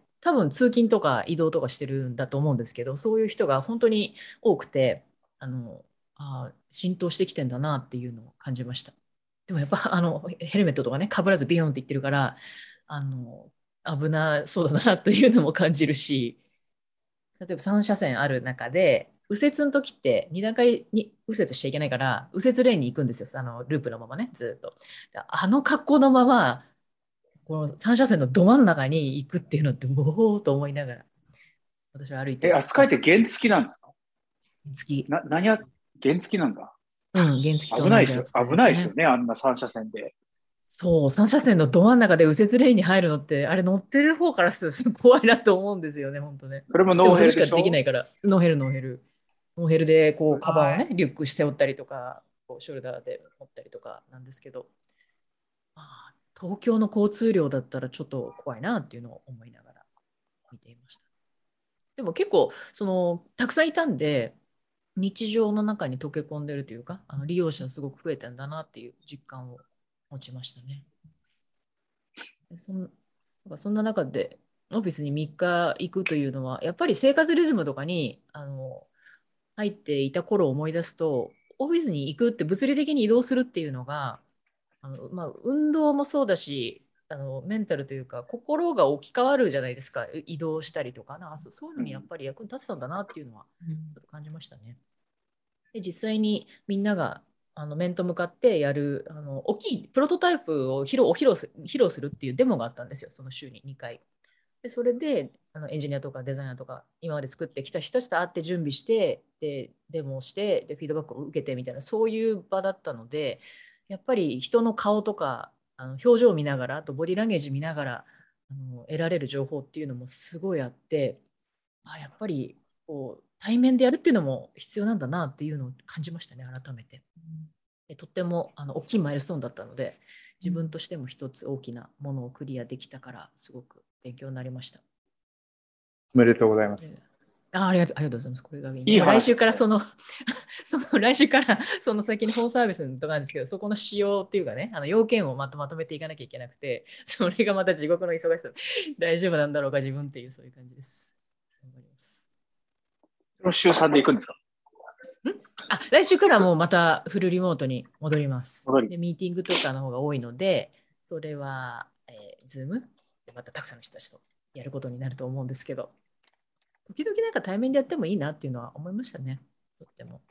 多分通勤とか移動とかしてるんだと思うんですけど、そういう人が本当に多くて、あの、あ浸透してきてんだなっていうのを感じました。でもやっぱあのヘルメットとかね、かぶらずビヨンって言ってるから、あの、危なそうだなというのも感じるし、例えばさん車線ある中で、右折の時ってに段階に右折しちゃいけないから、右折レーンに行くんですよ、あのループのままね、ずっと。あの格好のまま、このさん車線のど真ん中に行くっていうのって、もうと思いながら、私は歩いてえ、扱いって原付なんですか？ 原付。 な、何や、原付なんだ。 うん、原付と同危ないですよ。 じ扱い危ないですよね、あんなさん車線で。 そう、さん車線のど真ん中で右折レーンに入るのって、あれ乗ってる方からするとすごい怖いなと思うんですよね、本当ね。 それもノでもそれしかーヘルでしょ？ できないから、ノーヘル、ノーヘル。ノーヘルで、こう、カバンをね、 はリュックしておったりとか、こうショルダーで持ったりとかなんですけど、まあ、東京の交通量だったらちょっと怖いなっていうのを思いながら見ていました。でも結構、その、たくさんいたんで、日常の中に溶け込んでるというか、あの利用者すごく増えてんだなっていう実感を持ちましたね。そんなんかそんな中でオフィスにみっか行くというのは、やっぱり生活リズムとかにあの入っていた頃を思い出すと、オフィスに行くって物理的に移動するっていうのが、あのまあ、運動もそうだし、あのメンタルというか心が置き換わるじゃないですか、移動したりとかな、そそういうのにやっぱり役に立ってたんだなっていうのはちょっと感じましたね。で実際にみんながあの面と向かってやるあの大きいプロトタイプを披露、披露す披露するっていうデモがあったんですよ、その週ににかい。でそれであのエンジニアとかデザイナーとか今まで作ってきた人たちと会って準備してでデモをしてでフィードバックを受けてみたいな、そういう場だったので、やっぱり人の顔とかあの表情を見ながら、あとボディランゲージ見ながらあの得られる情報っていうのもすごいあって、あやっぱりこう対面でやるっていうのも必要なんだなっていうのを感じましたね、改めて。でとってもあの大きいマイルストーンだったので、自分としても一つ大きなものをクリアできたからすごく勉強になりました。 おめでとうございます。 あありがとう、ありがとうございます。これがいいい話来週からそのその来週からその先に本サービスのとかなんですけど、そこの仕様っていうかね、あの要件をまとまとめていかなきゃいけなくて、それがまた地獄の忙しさ。大丈夫なんだろうか自分っていう、そういう感じです。頑張ります。 その週さんで行くんですか？ あ来週からもうまたフルリモートに戻ります。 戻りでミーティングとかの方が多いので、それは、えー、Zoom でまたたくさんの人たちとやることになると思うんですけど、時々なんか対面でやってもいいなっていうのは思いましたね、とっても。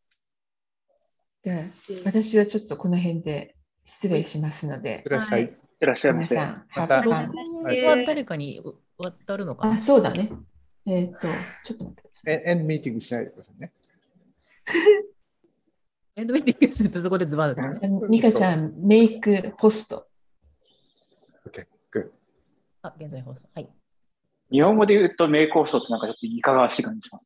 で私はちょっとこの辺で失礼しますので、 いらっしゃい。 いってらっしゃいませ。 皆さん、 またハッパン録音は誰かに渡るのかな？ あ、そうだね。えっ、ー、と、ちょっと待ってください。 エンドミーティングしないでくださいね。 エンドミーティングするとそこでズバッと。 ミカちゃん、メイクホスト。 OK、good。 あ、現在放送。はい。 日本語で言うと名コストってなんかちょっといかがわしい感じします。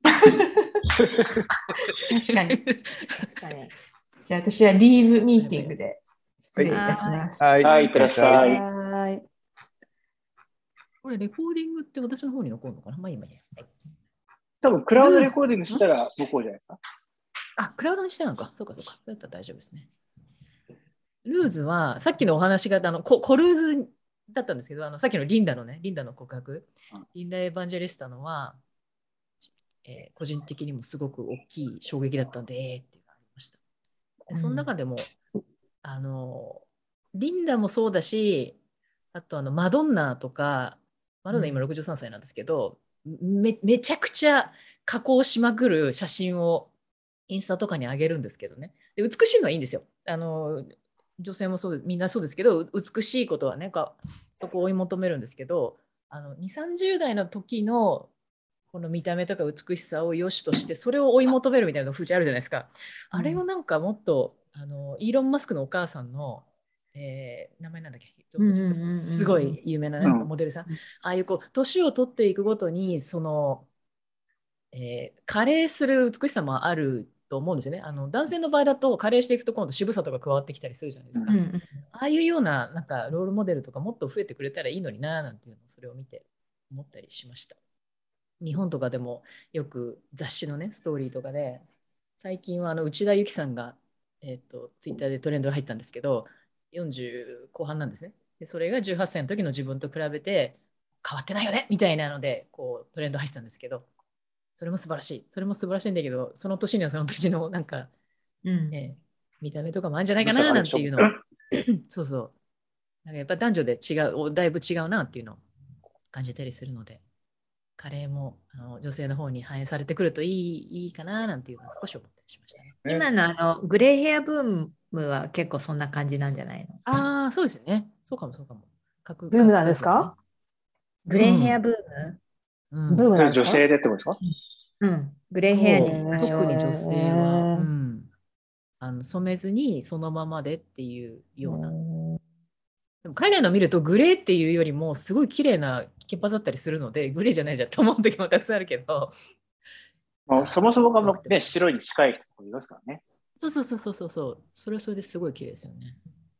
確かに。 確かに。 じゃあ私はリーブミーティングで失礼いたします。 はい、はい、いってらっしゃい。 はい。 これレコーディングって私の方に残るのかな。まあ今ね。はい、 多分クラウドレコーディングしたら向こうじゃないですか。 あ、クラウドにしてなのか。そうかそうか。だったら大丈夫ですね。ルーズはさっきのお話があの コ, コルーズだったんですけど、あのさっきのリンダのね、リンダの告白、リンダ・エヴァンジェリスタのは、えー、個人的にもすごく大きい衝撃だったんで、えーっていうのがありました。でその中でも、うん、あのリンダもそうだし、あとあのマドンナとか、マドンナ今ろくじゅうさんさいなんですけど、うん、め, めちゃくちゃ加工しまくる写真をインスタとかに上げるんですけどね。で美しいのはいいんですよ。あの女性もそうでみんなそうですけど、美しいことはねかそこを追い求めるんですけど、あのにじゅう、さんじゅう代の時のこの見た目とか美しさを良しとしてそれを追い求めるみたいな風潮あるじゃないですか。うん、あれをなんかもっとあのイーロン・マスクのお母さんの、えー、名前なんだっけ、すごい有名な、ね、うん、モデルさん、ああいうこう年を取っていくごとにその、えー、加齢する美しさもあると思うんですよね。あの男性の場合だと加齢していくと今度渋さとか加わってきたりするじゃないですか。うん、ああいうような、なんかロールモデルとかもっと増えてくれたらいいのにななんていうのをそれを見て思ったりしました。日本とかでもよく雑誌のねストーリーとかで最近はあの内田有紀さんが、えー、とツイッターでトレンドが入ったんですけどよんじゅう後半なんですね。でそれがじゅうはっさいの時の自分と比べて変わってないよねみたいなのでこうトレンド入ってたんですけど、それも素晴らしい。それも素晴らしいんだけど、その年にはその年のなんか、うんね、見た目とかもあるんじゃないかななんていうのを、そうそう。なんかやっぱ男女で違う、だいぶ違うなっていうのを感じたりするので、加齢もあの女性の方に反映されてくるといい、いいかななんていうのは少し思ったりしましたね。 今のあのグレーヘアブームは結構そんな感じなんじゃないの？ ああ、そうですよね。そうかもそうかも。 ブームなんですか？ グレーヘアブーム、 うん、ブームなんですか？ 女性でってことですか？ うん、グレーヘアにしましょう。 特に女性は、うん、あの染めずにそのままでっていうような。でも海外の見るとグレーっていうよりもすごい綺麗な毛羽だったりするので、グレーじゃないじゃんと思う時もたくさんあるけど。 もうそもそもが、ね、白いに近い人とかいますからね。 そうそうそうそうそう。それはそれですごい綺麗ですよね。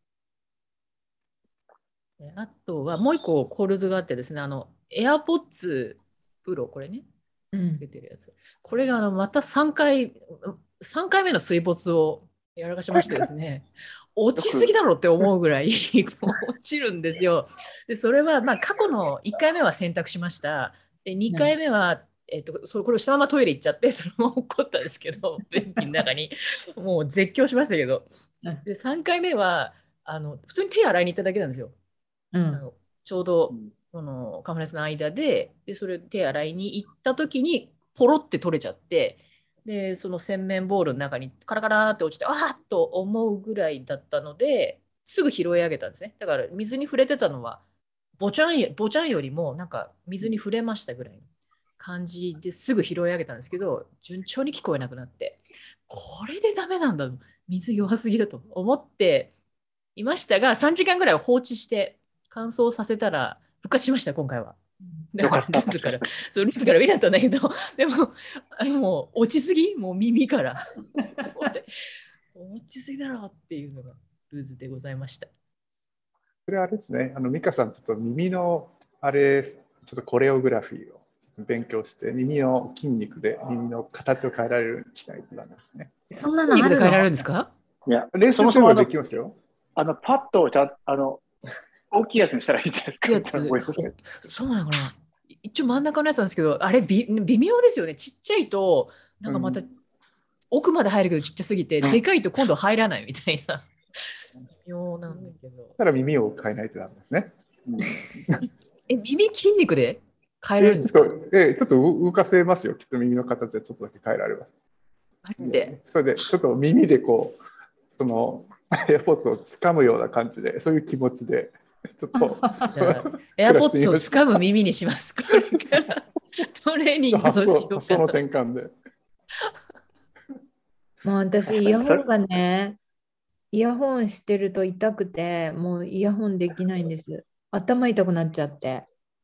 あとはもう一個コールズがあってですね、あの AirPods Pro これね。つけてるやつ、うん、これがあのまたさんかいさんかいめの水没をやらかしましてですね落ちすぎだろって思うぐらい落ちるんですよ。でそれはまあ過去のいっかいめは選択しました。でにかいめは、うん、えー、とそれこれをしたままトイレ行っちゃってそれも起こったんですけど便器の中にもう絶叫しましたけど、でさんかいめはあの普通に手洗いに行っただけなんですよ、うん、あのちょうど、うんこのカンファレンスの間 で, でそれ手洗いに行った時にポロって取れちゃって、でその洗面ボールの中にカラカラって落ちてあーっと思うぐらいだったのですぐ拾い上げたんですね。だから水に触れてたのはボチャンボチャンよりもなんか水に触れましたぐらいの感じですぐ拾い上げたんですけど、順調に聞こえなくなって、これでダメなんだ、水弱すぎだと思っていましたが、さんじかんぐらい放置して乾燥させたら復活しました、今回は。だからリズから、そうリズから見だったんだけど、でも、あのもう落ちすぎ、もう耳から。落ちすぎだろうっていうのがルーズでございました。 それはあれですね、あの美香さん、ちょっと耳のあれ、ちょっとコレオグラフィーを勉強して、耳の筋肉で耳の形を変えられるようにしないとダメですね。 そんなのあるの？ 変えられるんですか？ いや、練習すればできますよ。 あのパッドをちゃんあの大きいやつにしたらいいんじゃないですか。 そうなのかな。一応真ん中のやつなんですけど、あれび微妙ですよね。ちっちゃいとなんかまた奥まで入るけどちっちゃすぎて、うん、でかいと今度入らないみたいな。微妙なんだけど。だから耳を変えないとダメですね。 え、耳筋肉で変えられるんですか？ え、ちょっと動かせますよ。きっと耳の形でちょっとだけ変えられます。 マジで。 それでちょっと耳でこうそのエアポッツを掴むような感じで、そういう気持ちで。ちょっとじゃあエアポッツを掴む耳にします。これからトレーニングをしようかな。 その転換で。 もう私イヤホンがね、イヤホンしてると痛くて、もうイヤホンできないんです。頭痛くなっちゃって。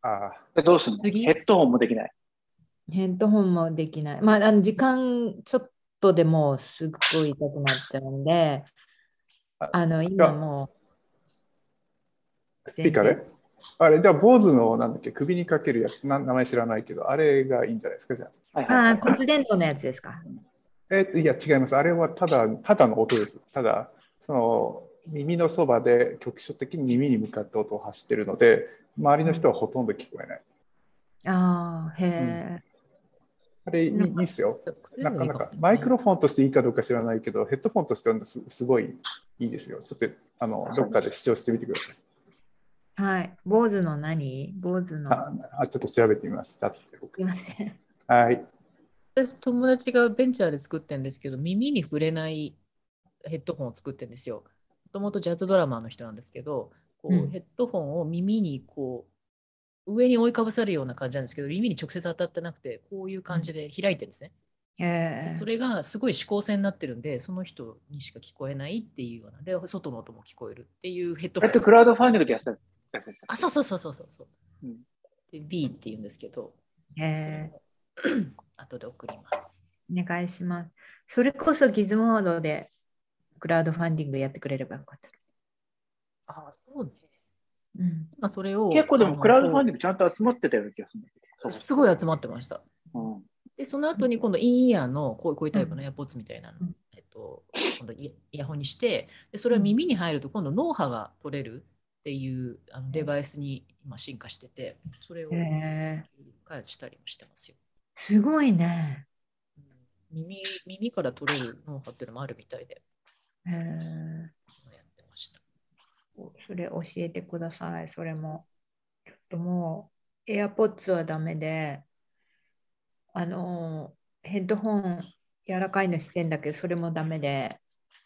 あでどうするの？ 次ヘッドホンもできない。 ヘッドホンもできない。まあ、あの時間ちょっとでもうすっごい痛くなっちゃうんで、 ああの今もうスピーカーであれ、じゃあ、坊主のなんだっけ、首にかけるやつ、な名前知らないけど、あれがいいんじゃないですか、じゃあ。 はいはいはいああ、骨伝導のやつですか。 えっと、いや、違います。あれはただ、ただの音です。ただ、その耳のそばで局所的に耳に向かって音を発しているので、周りの人はほとんど聞こえない。 ああ、へえ。 あれいい、いいっすよ。なかなか、マイクロフォンとしていいかどうか知らないけど、ヘッドフォンとしてはすすごいいいですよ。ちょっとあのどっかで視聴してみてください。 はい。坊主の何？坊主の。 ああ、ちょっと調べてみます。すいません。 はい。 私友達がベンチャーで作ってるんですけど、耳に触れないヘッドホンを作ってるんですよ。もともとジャズドラマーの人なんですけど、こう、うん、ヘッドホンを耳にこう上に覆いかぶさるような感じなんですけど、耳に直接当たってなくて、こういう感じで開いてるんですね。 うんえー、 それがすごい指向性になってるんで、その人にしか聞こえないっていうような、で、外の音も聞こえるっていうヘッドホン。 えっと、クラウドファンディングでやってた。 あ、そうそうそうそうそう。 うん、 で B って言うんですけど、 えー、後で送ります。 お願いします。それこそギズモードでクラウドファンディングやってくれればよかった。 ああ、そうね。 うん、 まあ、それを結構でもクラウドファンディングちゃんと集まってたような気がするんだけど。すごい集まってました。 うん、 で、その後に今度インイヤーのこうこういうタイプのエアポッツみたいなの、うん、えっと、今度イヤホンにして、でそれは耳に入ると今度脳波が取れるっていうあのデバイスに今進化してて、それを開発したりもしてますよ。 すごいね。 耳, 耳から取れる脳波っていうのもあるみたいで。 へー、 やってました。 それ教えてください。それも。ちょっともう、AirPods はダメで、あの、ヘッドホン柔らかいのしてんだけど、それもダメで、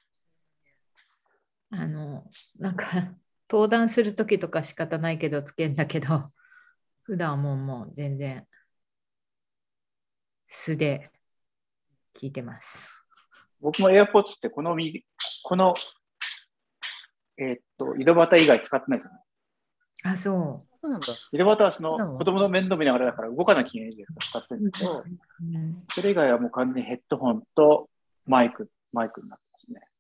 あの、なんか、登壇するときとか仕方ないけどつけんだけど、普段もうもう全然素で聞いてます。 僕も AirPods ってこの右、この、えー、っと、井戸端以外使ってないですよね。 あ、そう。 そうなんだ。 井戸端はその子供の面倒見ながらだから動かなきゃいけないですから使ってるんですけど、うんうん、それ以外はもう完全にヘッドホンとマイク、マイクになってますね。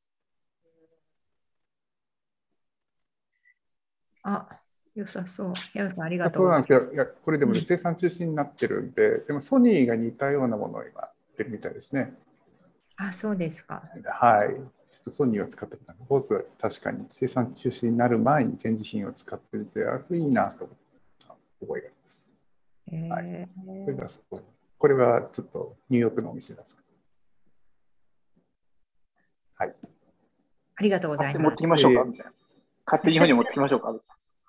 あ、良さそう。矢部さん、ありがとうございます。そうなんですよ。いや、これでも、ね、生産中心になってるんで、うん、でもソニーが似たようなものを今、やってるみたいですね。 あ、そうですか。 はい。ちょっとソニーを使ってた。ボーズは確かに生産中止になる前に展示品を使っていて、あれいいなと思った覚えがあります。 えー、 はい。これがすごい。これはちょっとニューヨークのお店です。はい。 ありがとうございます。 持ってきましょうか、みたいな。勝手に日本に持ってきましょうか。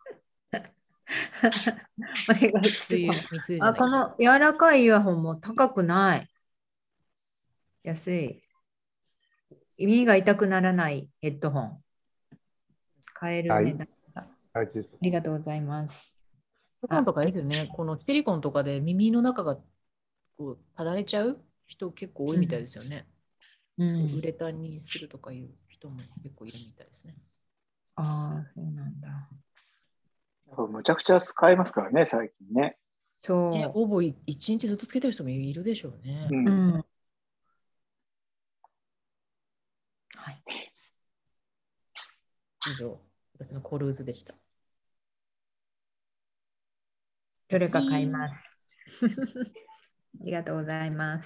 お願いします。あ、この柔らかいイヤホンも高くない。安い。耳が痛くならないヘッドホン。買える値段が、はい。ありがとうございます。 ヘッドホンとかですよね。このシリコンとかで耳の中がこうただれちゃう人結構多いみたいですよね。うん、ウレタンにするとかいう人も結構いるみたいですね。 ああ、そうなんだ。 むちゃくちゃ使えますからね、最近ね。 そう。 ね、ほぼ一日ずっとつけてる人もいるでしょうね。うんうん、はい。 以上、私のコルーズでした。 どれか買います。ありがとうございます。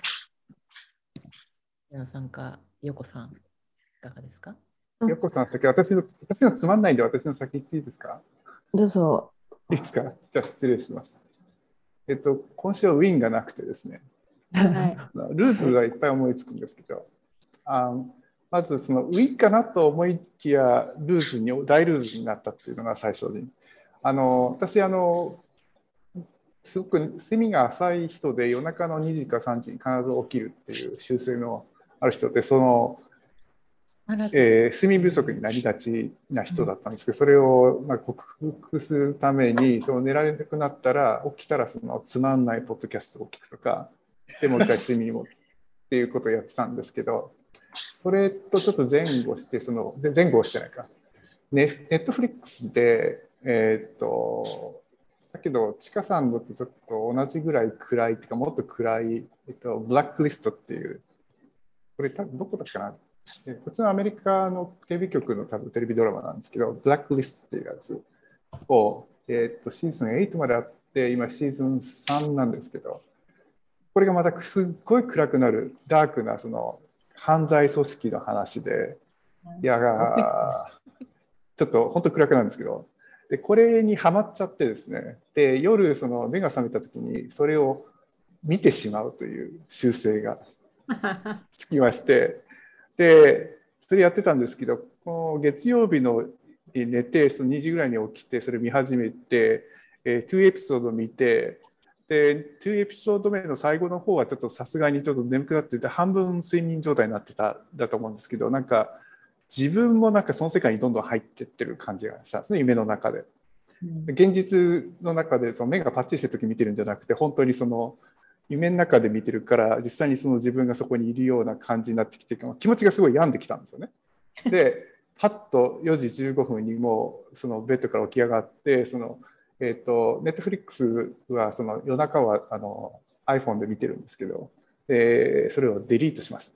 皆さんか、ヨコさん、いかがですか？ ヨコさん、先、私の、私のつまんないんで、私の先言っていいですか？ どうぞ。 いいですか？じゃあ、失礼します。えっと、今週はウィンがなくてですね、 はい、 ルーズはいっぱい思いつくんですけど、あまずそのウィンかなと思いきや、ルーズに、大ルーズになったっていうのが最初に。あの私あの、すごく睡眠が浅い人で、夜中のにじかさんじに必ず起きるっていう習性のある人で、その、えー、睡眠不足になりがちな人だったんですけど、それをまあ克服するために、その寝られなくなったら、起きたらそのつまんないポッドキャストを聞くとか、でもう一回睡眠をっていうことをやってたんですけど、それとちょっと前後して、その前後してないか、ネットフリックスで、えー、っとだけど、ちかさんのとちょっと同じぐらい暗いっていうか、もっと暗い、えっと、ブラックリストっていう、これ多分どこだっけかな。普通のアメリカのテレビ局の多分テレビドラマなんですけど、ブラックリストっていうやつを、えっと、シーズンはちまであって、今シーズンさんなんですけど、これがまたすっごい暗くなる、ダークなその犯罪組織の話で、いや、ちょっと本当暗くなるんですけど、でこれにはまっちゃってですね、で夜その目が覚めた時にそれを見てしまうという習性がつきまして、でそれやってたんですけど、この月曜日の寝てそのにじぐらいに起きてそれ見始めて、えー、にエピソード見て、でにエピソード目の最後の方はちょっとさすがにちょっと眠くなってて半分睡眠状態になってただと思うんですけど、なんか自分もなんかその世界にどんどん入っていってる感じがしたんですね、夢の中で。現実の中でその目がパッチリしてる時見てるんじゃなくて、本当にその夢の中で見てるから、実際にその自分がそこにいるような感じになってきて、気持ちがすごい病んできたんですよね。でパッとよじじゅうごふんにもうそのベッドから起き上がって、そのえーと、ネットフリックスはその夜中はあの iPhone で見てるんですけど、えー、それをデリートしました。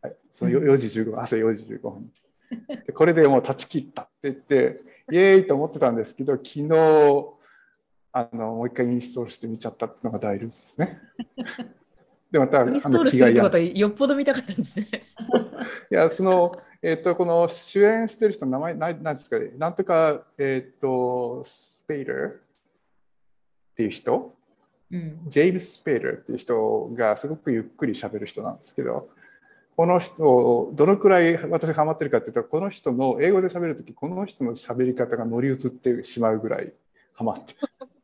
はい、そのよじじゅうごふん、朝よじじゅうごふんで、これでもう断ち切ったって言ってイエーイと思ってたんですけど、昨日あのもう一回インストールしてみちゃったっていうのが大ルーツですね。でまたあインストールするってことはよっぽど見たかったんですね。 いやその、えー、とこの主演してる人の名前何ですかね、なんとか、えっ、ー、とスペイダーっていう人、うん、ジェイムス・スペイダーっていう人がすごくゆっくり喋る人なんですけど、この人どのくらい私がハマってるかっていうと、この人の英語で喋るとき、この人の喋り方が乗り移ってしまうぐらいハマってる。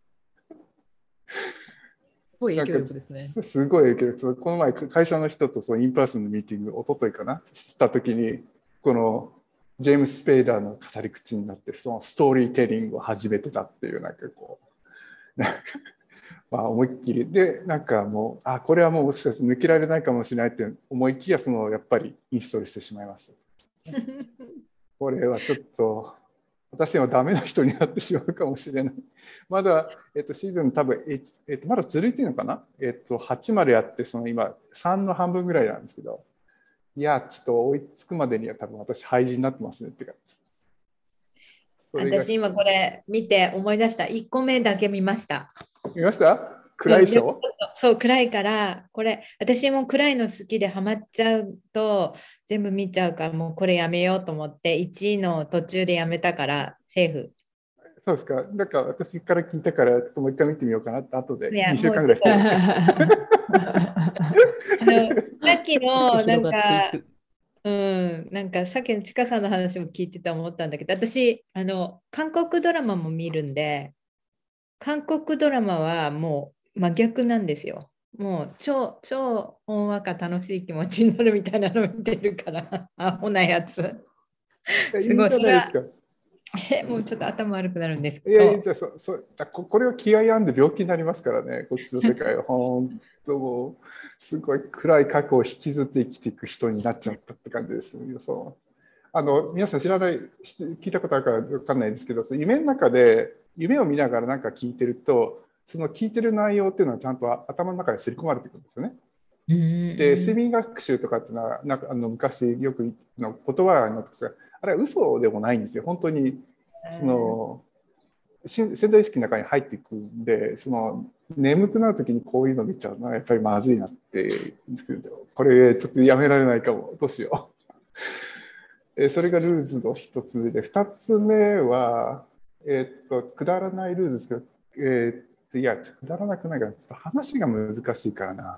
すごい影響力ですね。 すごい影響力。この前会社の人とそのインパーソンのミーティング、一昨日かなしたときに、このジェームス・スペイダーの語り口になって、そのストーリーテリングを始めてたっていう、なんかこうなんかまあ思いっきりで、なんかもうあこれはもうもしかして抜けられないかもしれないって思いきや、そのやっぱりインストールしてしまいました。これはちょっと私はダメな人になってしまうかもしれない。まだ、えっと、シーズン多分、えっと、まだ続いてるのかな、えっと、はちまでやって、その今さんの半分ぐらいなんですけど、いやちょっと追いつくまでには多分私廃人になってますねって感じです。 私今これ見て思い出した。いっこめだけ見ました。 見ました？暗いでしょ？ そう、暗いから、これ私も暗いの好きでハマっちゃうと全部見ちゃうから、もうこれやめようと思っていちいの途中でやめたからセーフ。 そうですか。なんか私から聞いたから、ちょっともう一回見てみようかなって後でにしゅうかんぐらいしてさっきのなんかうん、なんかさっきのちかさんの話も聞いてて思ったんだけど、私あの韓国ドラマも見るんで、韓国ドラマはもう真逆なんですよ。もう超超ほんわか楽しい気持ちになるみたいなの見てるからアホなやつ。すごい、それはえもうちょっと頭悪くなるんですけど。 いやいや、じゃあそそこれを気合い病んで病気になりますからね、こっちの世界は。本当もうすごい暗い過去を引きずって生きていく人になっちゃったって感じですよね。そうあの皆さん知らない、聞いたことあるから分かんないですけど、夢の中で夢を見ながら何か聞いてると、その聞いてる内容っていうのはちゃんと頭の中に刷り込まれていくんですよね。で睡眠学習とかっていうのはなんかあの昔よくの言葉になってますが、あれは嘘でもないんですよ。本当にその潜在意識の中に入っていくんで、その眠くなるときにこういうの見ちゃうのはやっぱりまずいなって言うんですけど、これちょっとやめられないかも、どうしよう。それがルーズの一つ目で、二つ目は、えー、っとくだらないルールですけど、えー、っといやくだらなくないから、ちょっと話が難しいからな。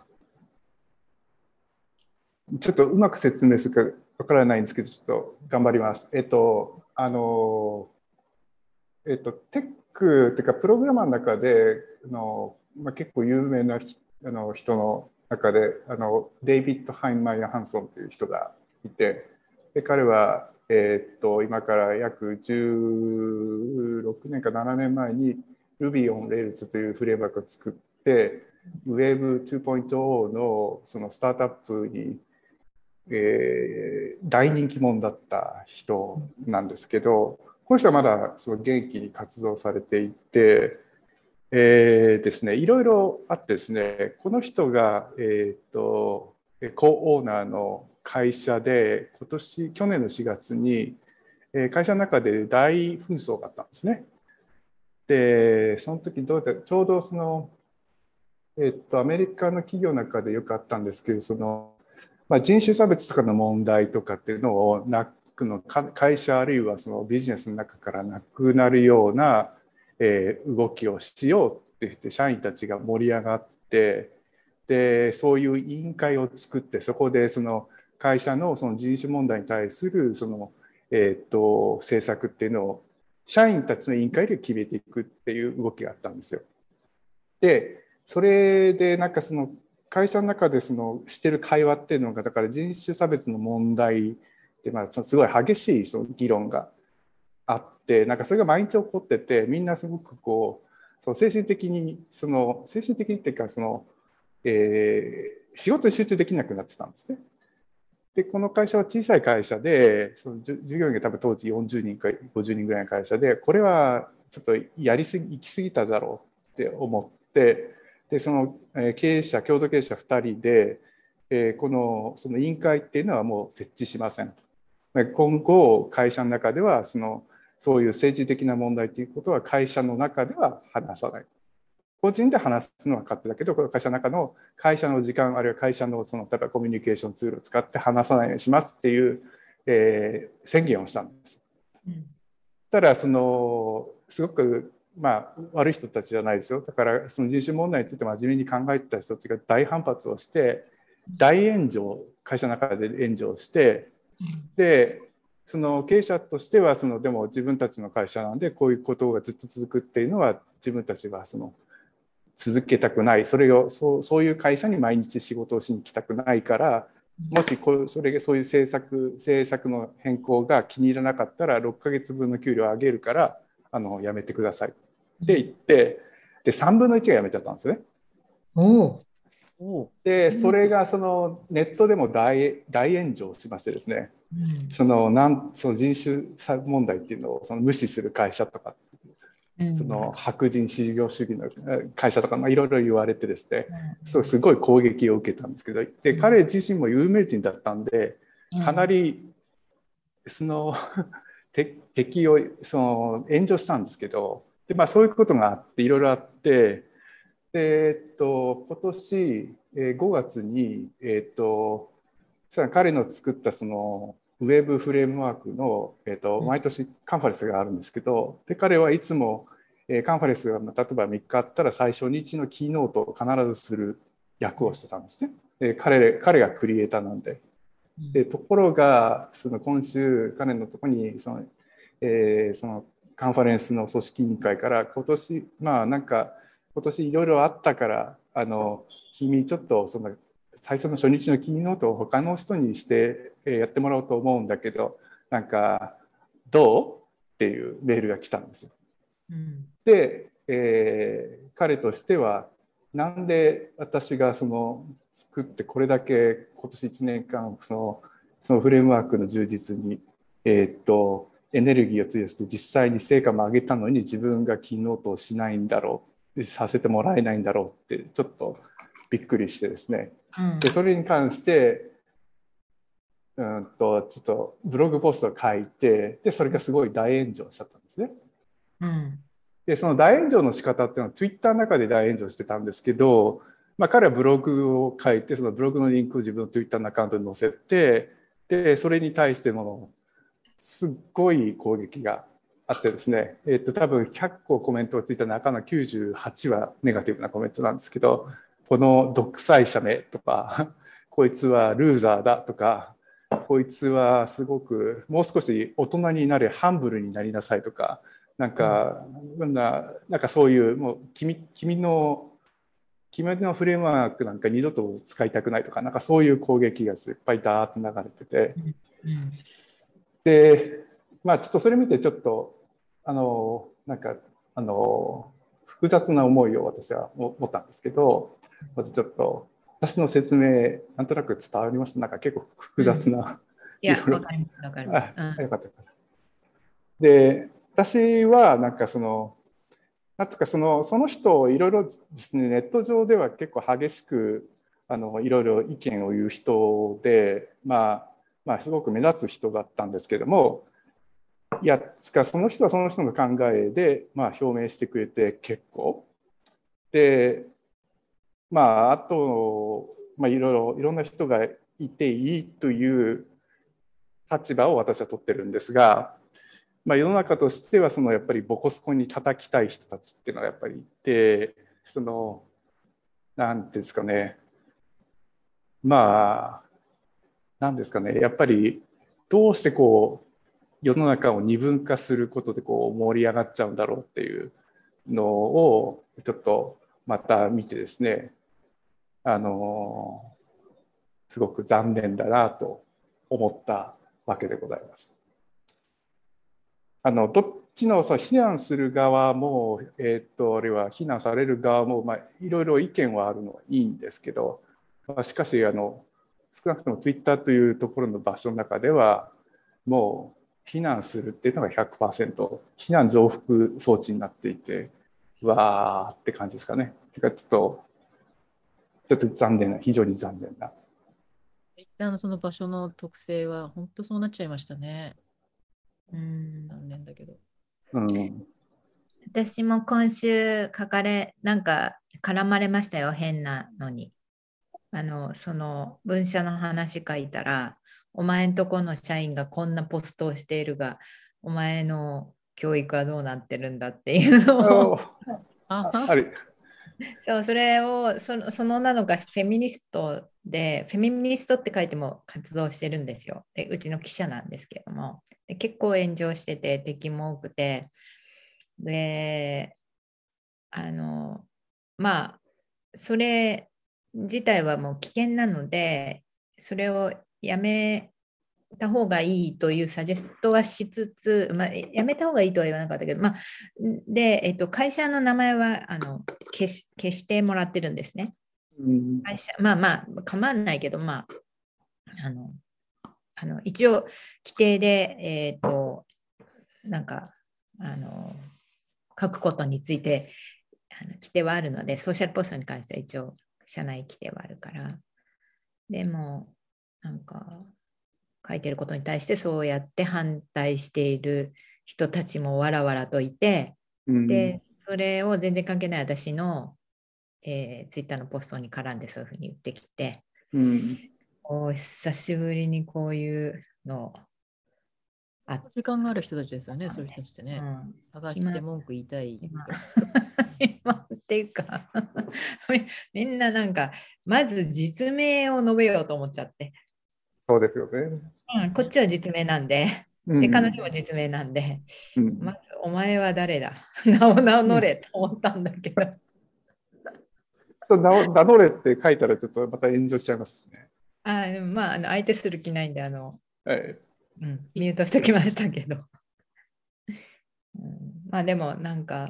ちょっとうまく説明するかわからないんですけど、ちょっと頑張ります。えっと、あの、えっと、テックっていうか、プログラマーの中で、あのまあ、結構有名なあの人の中で、あのデイビッド・ハインマイヤー・ハンソンという人がいて、で彼は、えっと、今から約じゅうろくねんかななねんまえに Ruby on Rails というフレームワークを作って、Web ツーポイントオー のそのスタートアップにえー、大人気者だった人なんですけど、この人はまだすごい元気に活動されていて、 えーですね、いろいろあってですね、この人が、えー、とコオーナーの会社で今年去年のしがつに会社の中で大紛争があったんですね。でその時どうだちょうどその、えー、とアメリカの企業の中でよくあったんですけど、その、まあ、人種差別とかの問題とかっていうのをなくの会社あるいはそのビジネスの中からなくなるようなえー、動きをしようって言って社員たちが盛り上がって、でそういう委員会を作って、そこでその会社のその人種問題に対するその、えー、と政策っていうのを社員たちの委員会で決めていくっていう動きがあったんですよ。でそれでなんかその会社の中でそのしてる会話っていうのが、だから人種差別の問題ってまあすごい激しいその議論があって、なんかそれが毎日起こってて、みんなすごくこうその精神的にその精神的にっていうかその、えー、仕事に集中できなくなってたんですね。でこの会社は小さい会社で、その従業員が多分当時よんじゅうにんかごじゅうにんぐらいの会社で、これはちょっとやりすぎ行き過ぎただろうって思って、でその経営者共同経営者ふたりで、えー、このその委員会っていうのはもう設置しません。今後会社の中ではそのそういう政治的な問題ということは会社の中では話さない。個人で話すのは勝手だけど、この会社の中の会社の時間、あるいは会社のその例えばコミュニケーションツールを使って話さないようにしますっていう、えー、宣言をしたんです。うん、ただそのすごくまあ悪い人たちじゃないですよ。だからその人種問題について真面目に考えてた人たちが大反発をして、大炎上、会社の中で炎上して、でその経営者としてはそのでも自分たちの会社なんでこういうことがずっと続くっていうのは自分たちはその続けたくない、それをそう、そういう会社に毎日仕事をしに来たくないから、もしこうそれそういう政策政策の変更が気に入らなかったらろっかげつぶんの給料を上げるからあのやめてくださいって言って、でさんぶんのいちがやめちゃったんですね。 おでそれがそのネットでも 大, 大炎上しましてですね、うん、そのなんその人種差問題っていうのをその無視する会社とか、うん、その白人至上主義の会社とかいろいろ言われてですね、うん、そうすごい攻撃を受けたんですけど、で彼自身も有名人だったんでかなりその敵をその炎上したんですけど、で、まあ、そういうことがあっていろいろあって。でえっと、今年ごがつに、えっと、彼の作ったそのウェブフレームワークの、えっと、毎年カンファレンスがあるんですけど、で彼はいつもカンファレンスが例えばみっかあったら最初日のキーノートを必ずする役をしてたんですね。で 彼, 彼がクリエイターなんで。でところがその今週彼のところにその、えー、そのカンファレンスの組織委員会から今年まあなんか今年いろいろあったからあの君ちょっとその最初の初日のキーノートを他の人にしてやってもらおうと思うんだけどなんかどうっていうメールが来たんですよ。うん、で、えー、彼としてはなんで私がその作ってこれだけ今年いちねんかんそのそのフレームワークの充実に、えー、っとエネルギーを費やして実際に成果も上げたのに自分がキーノートをしないんだろうさせてもらえないんだろうってちょっとびっくりしてですね、うん、でそれに関してうんとちょっとブログポストを書いて、でそれがすごい大炎上しちゃったんですね。うん、でその大炎上の仕方っていうのは Twitter の中で大炎上してたんですけど、まあ、彼はブログを書いてそのブログのリンクを自分の Twitter のアカウントに載せて、でそれに対してもすっごい攻撃があってですね、えっと、多分ひゃっこコメントがついた中のきゅうじゅうはちはネガティブなコメントなんですけど、この独裁者めとかこいつはルーザーだとか、こいつはすごくもう少し大人になれハンブルになりなさいとか、なんか、うん、な, なんかそういうもう 君, 君の君のフレームワークなんか二度と使いたくないとか、なんかそういう攻撃がいっぱいダーッと流れてて、うん、でまあちょっとそれ見てちょっとあのなんかあの複雑な思いを私は持ったんですけど、まずちょっと私の説明なんとなく伝わりました。なんか結構複雑な、うん、 いやわかりますわかります。 あ、よかった。で私はなんかそのなんつうかそのその人をいろいろですね、ネット上では結構激しくあのいろいろ意見を言う人で、まあ、まあすごく目立つ人だったんですけども、いやつかその人はその人の考えで、まあ、表明してくれて結構で、まああと、まあ、いろいろいろんな人がいていいという立場を私は取ってるんですが、まあ、世の中としてはそのやっぱりボコスコに叩きたい人たちっていうのがやっぱりいて、そのなんていうんですかね、まあなんですかね、やっぱりどうしてこう世の中を二分化することでこう盛り上がっちゃうんだろうっていうのをちょっとまた見てですね、あのすごく残念だなと思ったわけでございます。あのどっちのそう非難する側も、えー、とあるいは非難される側も、まあ、いろいろ意見はあるのはいいんですけど、まあ、しかしあの少なくともツイッターというところの場所の中ではもう非難するっていうのが ひゃくパーセント 非難増幅装置になっていて、うわーって感じですかね。てかちょっとちょっと残念な、非常に残念な。 ツイッターのその場所の特性は本当そうなっちゃいましたね。 うん、 残念だけど。 うん、 私も今週書かれ、なんか絡まれましたよ、変なのに。あの、その文書の話書いたら、お前んとこの社員がこんなポストをしているが、お前の教育はどうなってるんだっていうのをああれそう、それをその、その女の子がフェミニストで、フェミニストって書いても活動してるんですよ。で、うちの記者なんですけども、で結構炎上してて、敵も多くて、で、あの、まあ、それ自体はもう危険なので、それをやめた方がいいというサジェストはしつつ、まあ、やめた方がいいとは言わなかったけど、まあ、で、えっと、会社の名前はあの消し消してもらってるんですね。 うん、 会社まあまあ、構わないけど、まあ、あの、あの一応、規定で、えっと、なんか、あの、書くことについて、あの規定はあるので、ソーシャルポストに関しては一応、社内規定はあるから。でも、なんか、書いてることに対してそうやって反対している人たちもわらわらといて、 うん、 で、それを全然関係ない私の、えー、ツイッターのポストに絡んでそういうふうに言ってきて、 うん、 お久しぶりにこういうのあっ時間がある人たちですよね、そういう人たちってね。 うん、 上がって文句言いたい。 今今っていうかみんななんかまず実名を述べようと思っちゃって、 そうですよね。 うん、こっちは実名なんで、 うん、 で彼女も実名なんで、 うん、 まずお前は誰だ名を名乗れと思ったんだけど、 そう名を名乗れって書いたらちょっとまた炎上しちゃいますしね。 あでもまあ、あの相手する気ないんであの、 はい、 うん、ミュートしておきましたけど、うん、まあでもなんか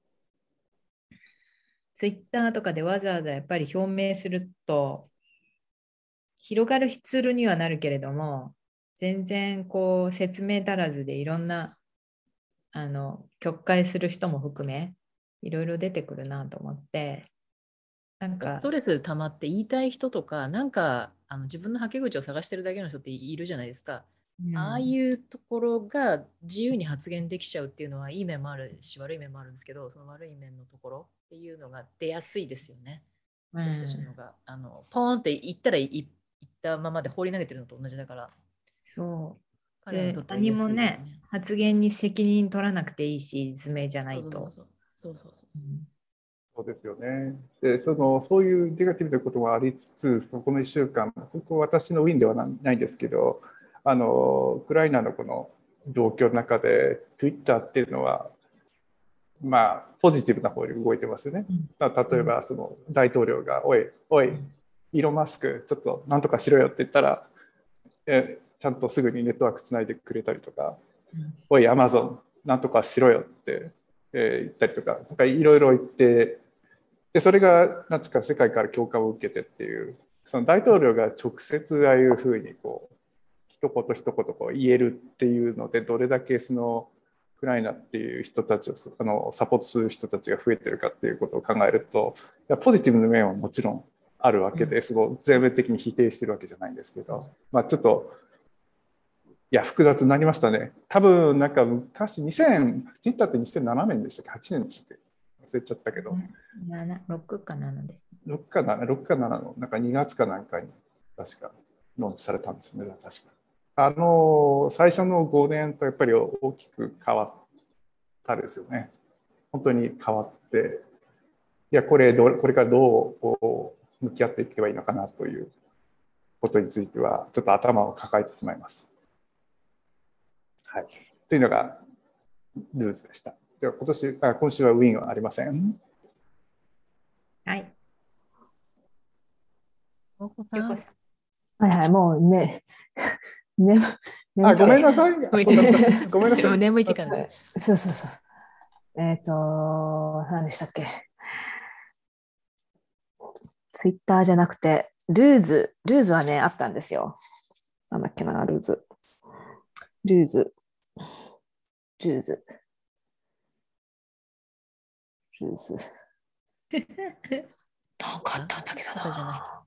ツイッターとかでわざわざやっぱり表明すると広がるツールにはなるけれども、全然こう説明足らずでいろんなあの曲解する人も含めいろいろ出てくるなと思って、なんかストレスで溜まって言いたい人とか、なんかあの自分のはけ口を探してるだけの人っているじゃないですか。 うん、 ああいうところが自由に発言できちゃうっていうのはいい面もあるし悪い面もあるんですけど、その悪い面のところっていうのが出やすいですよね。 うん私たちのがあのポーンって言ったら言ったままで放り投げてるのと同じだから。 そう彼らにとで何っては言いやもねすいですね。 発言に責任取らなくていいし実名じゃないと。 そうそうそうそう。 うんそうですよね。で、そのそういうネガティブなことがありつつ、そこのいっしゅうかん、ここ私のウィンではないんですけど、あのウクライナのこの状況の中で、Twitter っていうのは、まあ、ポジティブな方に動いてますよね。例えば、その大統領が、おい、おい、イーロン・マスク、ちょっとなんとかしろよって言ったら、えちゃんとすぐにネットワークつないでくれたりとか、おい、アマゾン、なんとかしろよって、えー、言ったりとか、なんかいろいろ言って、でそれがなんつうか世界から共感を受けてっていう、その大統領が直接ああいうふうにこう一言一言こう言えるっていうので、どれだけそのクライナっていう人たちをあのサポートする人たちが増えてるかっていうことを考えると、いやポジティブな面はもちろんあるわけで、すごい全面的に否定してるわけじゃないんですけど、まあ、ちょっといや複雑になりましたね。多分なんか昔にせん、ツイッターってにせんななねんでしたっけ、はちねんでしたっけ、忘れちゃったけど、 ろくかななです。 ろくかなな、ろくかななのなんかにがつかなんかに確かローンチされたんですよね、確か。あの最初のごねんとやっぱり大きく変わったですよね。本当に変わって、いやこれどこれからどうこう向き合っていけばいいのかなということについてはちょっと頭を抱えてしまいます。はい、というのがルーズでした。では今年あ今週はウィンはありません。 はい。 はいはい、もうね。ね、 あ、ごめんなさい。ごめんなさい。 眠い時間だ。 そうそうそう。えっ、ー、と、何でしたっけ。ツイッターじゃなくて、ルーズ、ルーズはね、あったんですよ。なんだっけな、ルーズ。ルーズ。ルーズ。ルーズ。なんかあったんだけどな。じゃない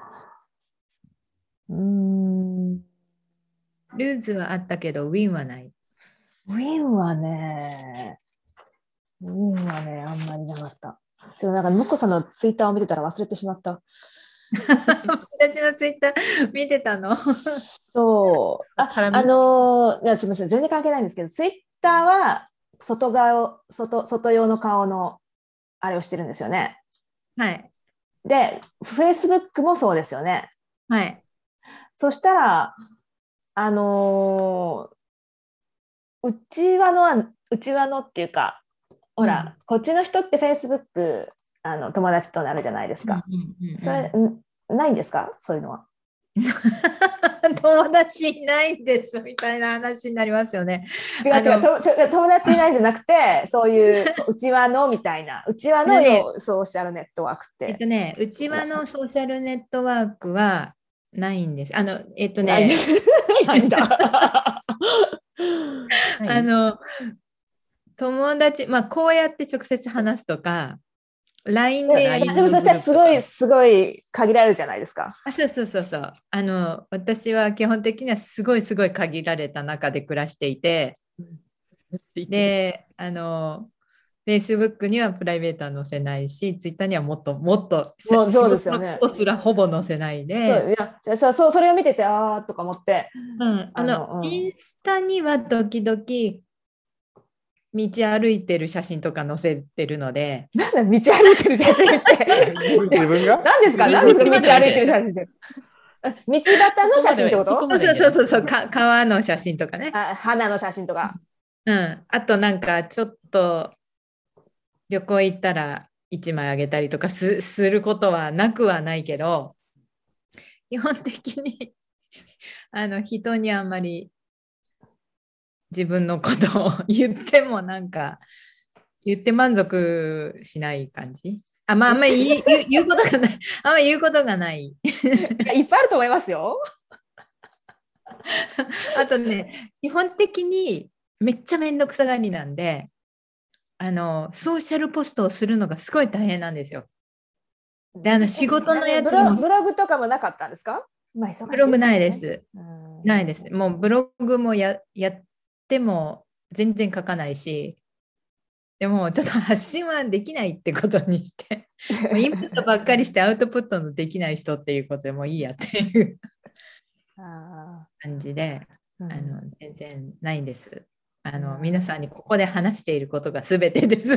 。うーん。 ルーズはあったけど、ウィンはない。 ウィンはね、ウィンはね、あんまりなかった。ちょっとなんか、ムコさんのツイッターを見てたら忘れてしまった。 私のツイッター見てたのそう。あ、あのー、すみません、全然関係ないんですけど、ツイッターは外側、外、外用の顔のあれをしてるんですよね。 はい。 で、フェイスブックもそうですよね。 はい。 そしたら、あのー、内輪のは、内輪のっていうか、ほら、うん、こっちの人ってフェイスブック、あの友達となるじゃないですか。それ、ないんですか、そういうのは。 友達いないんですみたいな話になりますよね。 違う違う、とちょ友達いないんじゃなくて、そういう内輪のみたいな、内輪のよ、ね、ソーシャルネットワークって。 えっとね、内輪のソーシャルネットワークはないんです。あの、えっとね、 ないんだ。 あの、友達、まあ、こうやって直接話すとか、ライン で。 でもそしたらすごい、すごい限られるじゃないですか。 あ、そうそうそうそう。あの、私は基本的にはすごいすごい限られた中で暮らしていて、で、あの、Facebook にはプライベートは載せないし、Twitter にはもっともっともうそうですよね。 仕事のことすらほぼ載せないで。 そういやそ, そ, それを見てて、あーとか思って。 うん、あの、うん、インスタには時々道歩いてる写真とか載せてるので。 なんだ、道歩いてる写真って。 自分が何ですか何ですか道歩いてる写真って。道端の写真ってこと？ そうそうそうそうか、川の写真とかね。 あ、花の写真とか。 うん。あとなんかちょっと旅行行ったら一枚あげたりとか す, することはなくはないけど、基本的にあの人にあんまり自分のことを言ってもなんか言って満足しない感じ。あ、まあ、あんまり 言, 言うことがない。あんまり言うことがない。いっぱいあると思いますよ。 あとね、基本的にめっちゃめんどくさがりなんで、あのソーシャルポストをするのがすごい大変なんですよ。で、あの仕事のやつもブログとかもなかったんですか？ まあ、忙しいですね。ブログないです。ないです。もうブログも や, やっても全然書かないし、でもちょっと発信はできないってことにしてインプットばっかりしてアウトプットのできない人っていうことでもいいやっていう感じで、あの全然ないんです。あの皆さんにここで話していることが全てです。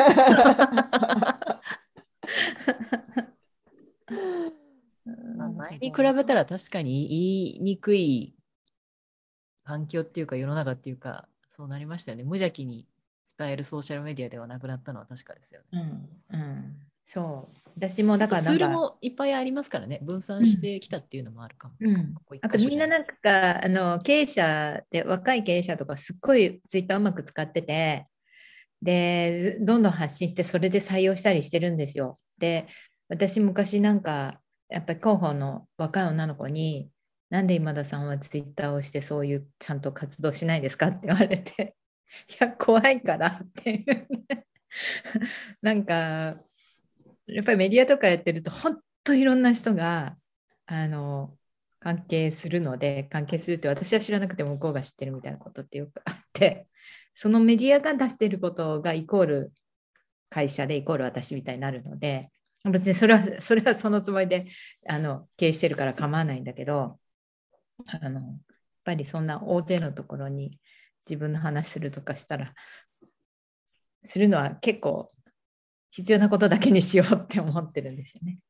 前に比べたら確かに言いにくい環境っていうか世の中っていうかそうなりましたよね。無邪気に使えるソーシャルメディアではなくなったのは確かですよね。 うんうん、そう私もだからツールもいっぱいありますからね、分散してきたっていうのもあるかも。 うんうん、ここあとみんななんかあの経営者で若い経営者とかすっごいツイッターうまく使ってて、でどんどん発信してそれで採用したりしてるんですよ。で私昔なんかやっぱり広報の若い女の子になんで今田さんはツイッターをしてそういうちゃんと活動しないですかって言われてや、怖いからっていう、ね、なんか、やっぱりメディアとかやってると、本当いろんな人が、あの、関係するので、関係するって私は知らなくても向こうが知ってるみたいなことってよくあって、そのメディアが出していることがイコール会社でイコール私みたいになるので、別にそれはそれはそのつもりであの経営してるから構わないんだけど、あのやっぱりそんな大勢のところに自分の話するとかしたら、するのは結構必要なことだけにしようって思ってるんですよね。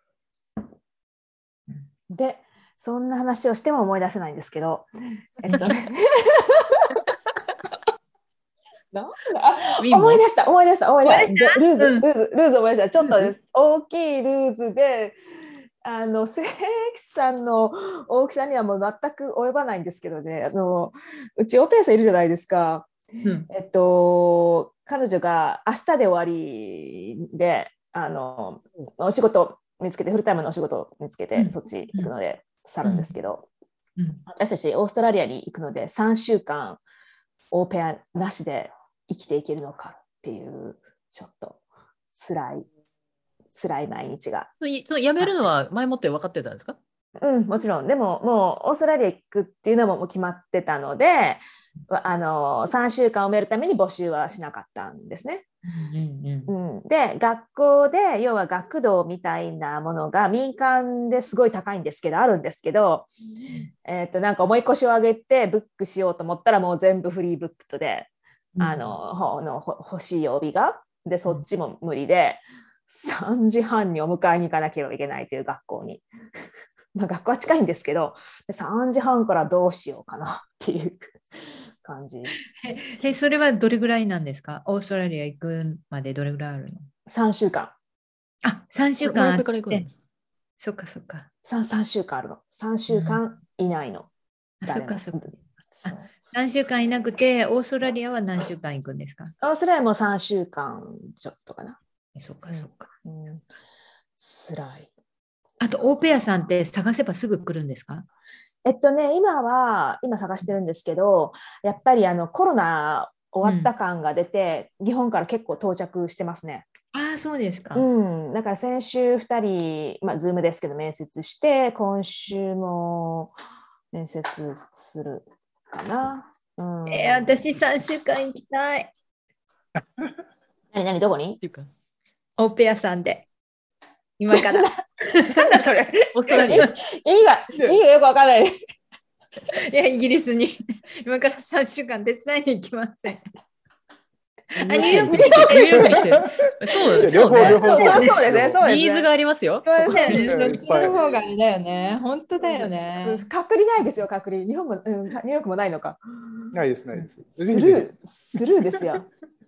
で、そんな話をしても思い出せないんですけど、えっとねなんだあ思い出した思い出した思い出したルーズ、ルーズルーズ思い出した。ちょっとです、大きいルーズで、あの関さんの大きさにはもう全く及ばないんですけどね、あのうちオペラさんいるじゃないですか、うん、えっと彼女が明日で終わりで、あのお仕事見つけて、フルタイムのお仕事見つけて、うん、そっち行くので去るんですけど、うんうん、私たちオーストラリアに行くのでさんしゅうかんオペアなしで生きていけるのかっていう、ちょっと辛い辛い毎日が。 その辞めるのは前もって分かってたんですか？ うん、もちろん。でももうオーストラリア行くっていうのももう決まってたので、あのさんしゅうかんを埋めるために募集はしなかったんですね。うんうんうん、で、学校で要は学童みたいなものが民間ですごい高いんですけど、あるんですけど、えー、となんか重い腰を上げてブックしようと思ったらもう全部フリーブックとで、うん、あのの欲しい曜日がで、そっちも無理で、さんじはんにお迎えに行かなければいけないという学校にまあ学校は近いんですけど、さんじはんからどうしようかなっていう感じ。 ええ、それはどれぐらいなんですか？オーストラリア行くまでどれぐらいあるの？ さんしゅうかん。 あ、さんしゅうかんあって。 から行くの？ そっかそっか。 3, 3週間あるの。さんしゅうかん以内の、 うん、あ、そっかそっか。さんしゅうかんいなくて、オーストラリアは何週間行くんですか？ オーストラリアもさんしゅうかんちょっとかな。 そっかそっか。うん、 つらい。 あと、オーペアさんって探せばすぐ来るんですか？ えっとね、今は、今探してるんですけど、やっぱりあのコロナ終わった感が出て、うん、日本から結構到着してますね。 ああ、そうですか。 うん、だから先週ふたり、まあ、ズームですけど面接して、今週も面接するかな。うん、 えー、私さんしゅうかん行きたい。 何何どこに？ オーペアさんで。今から。なんだそれ。 オーストラリア。 意味が、意味がよくわかんない。 いや、イギリスに今からさんしゅうかん手伝いに行きません。 あ、ニューヨークに来てる。そうですよね。 そうそうですね。そうですね。 ニーズがありますよ。 そうですね。そっちの方があれだよね。本当だよね。 隔離ないですよ、隔離。日本も、うん、ニューヨークもないのか。 ないです、ないです。 スルー、スルーですよ。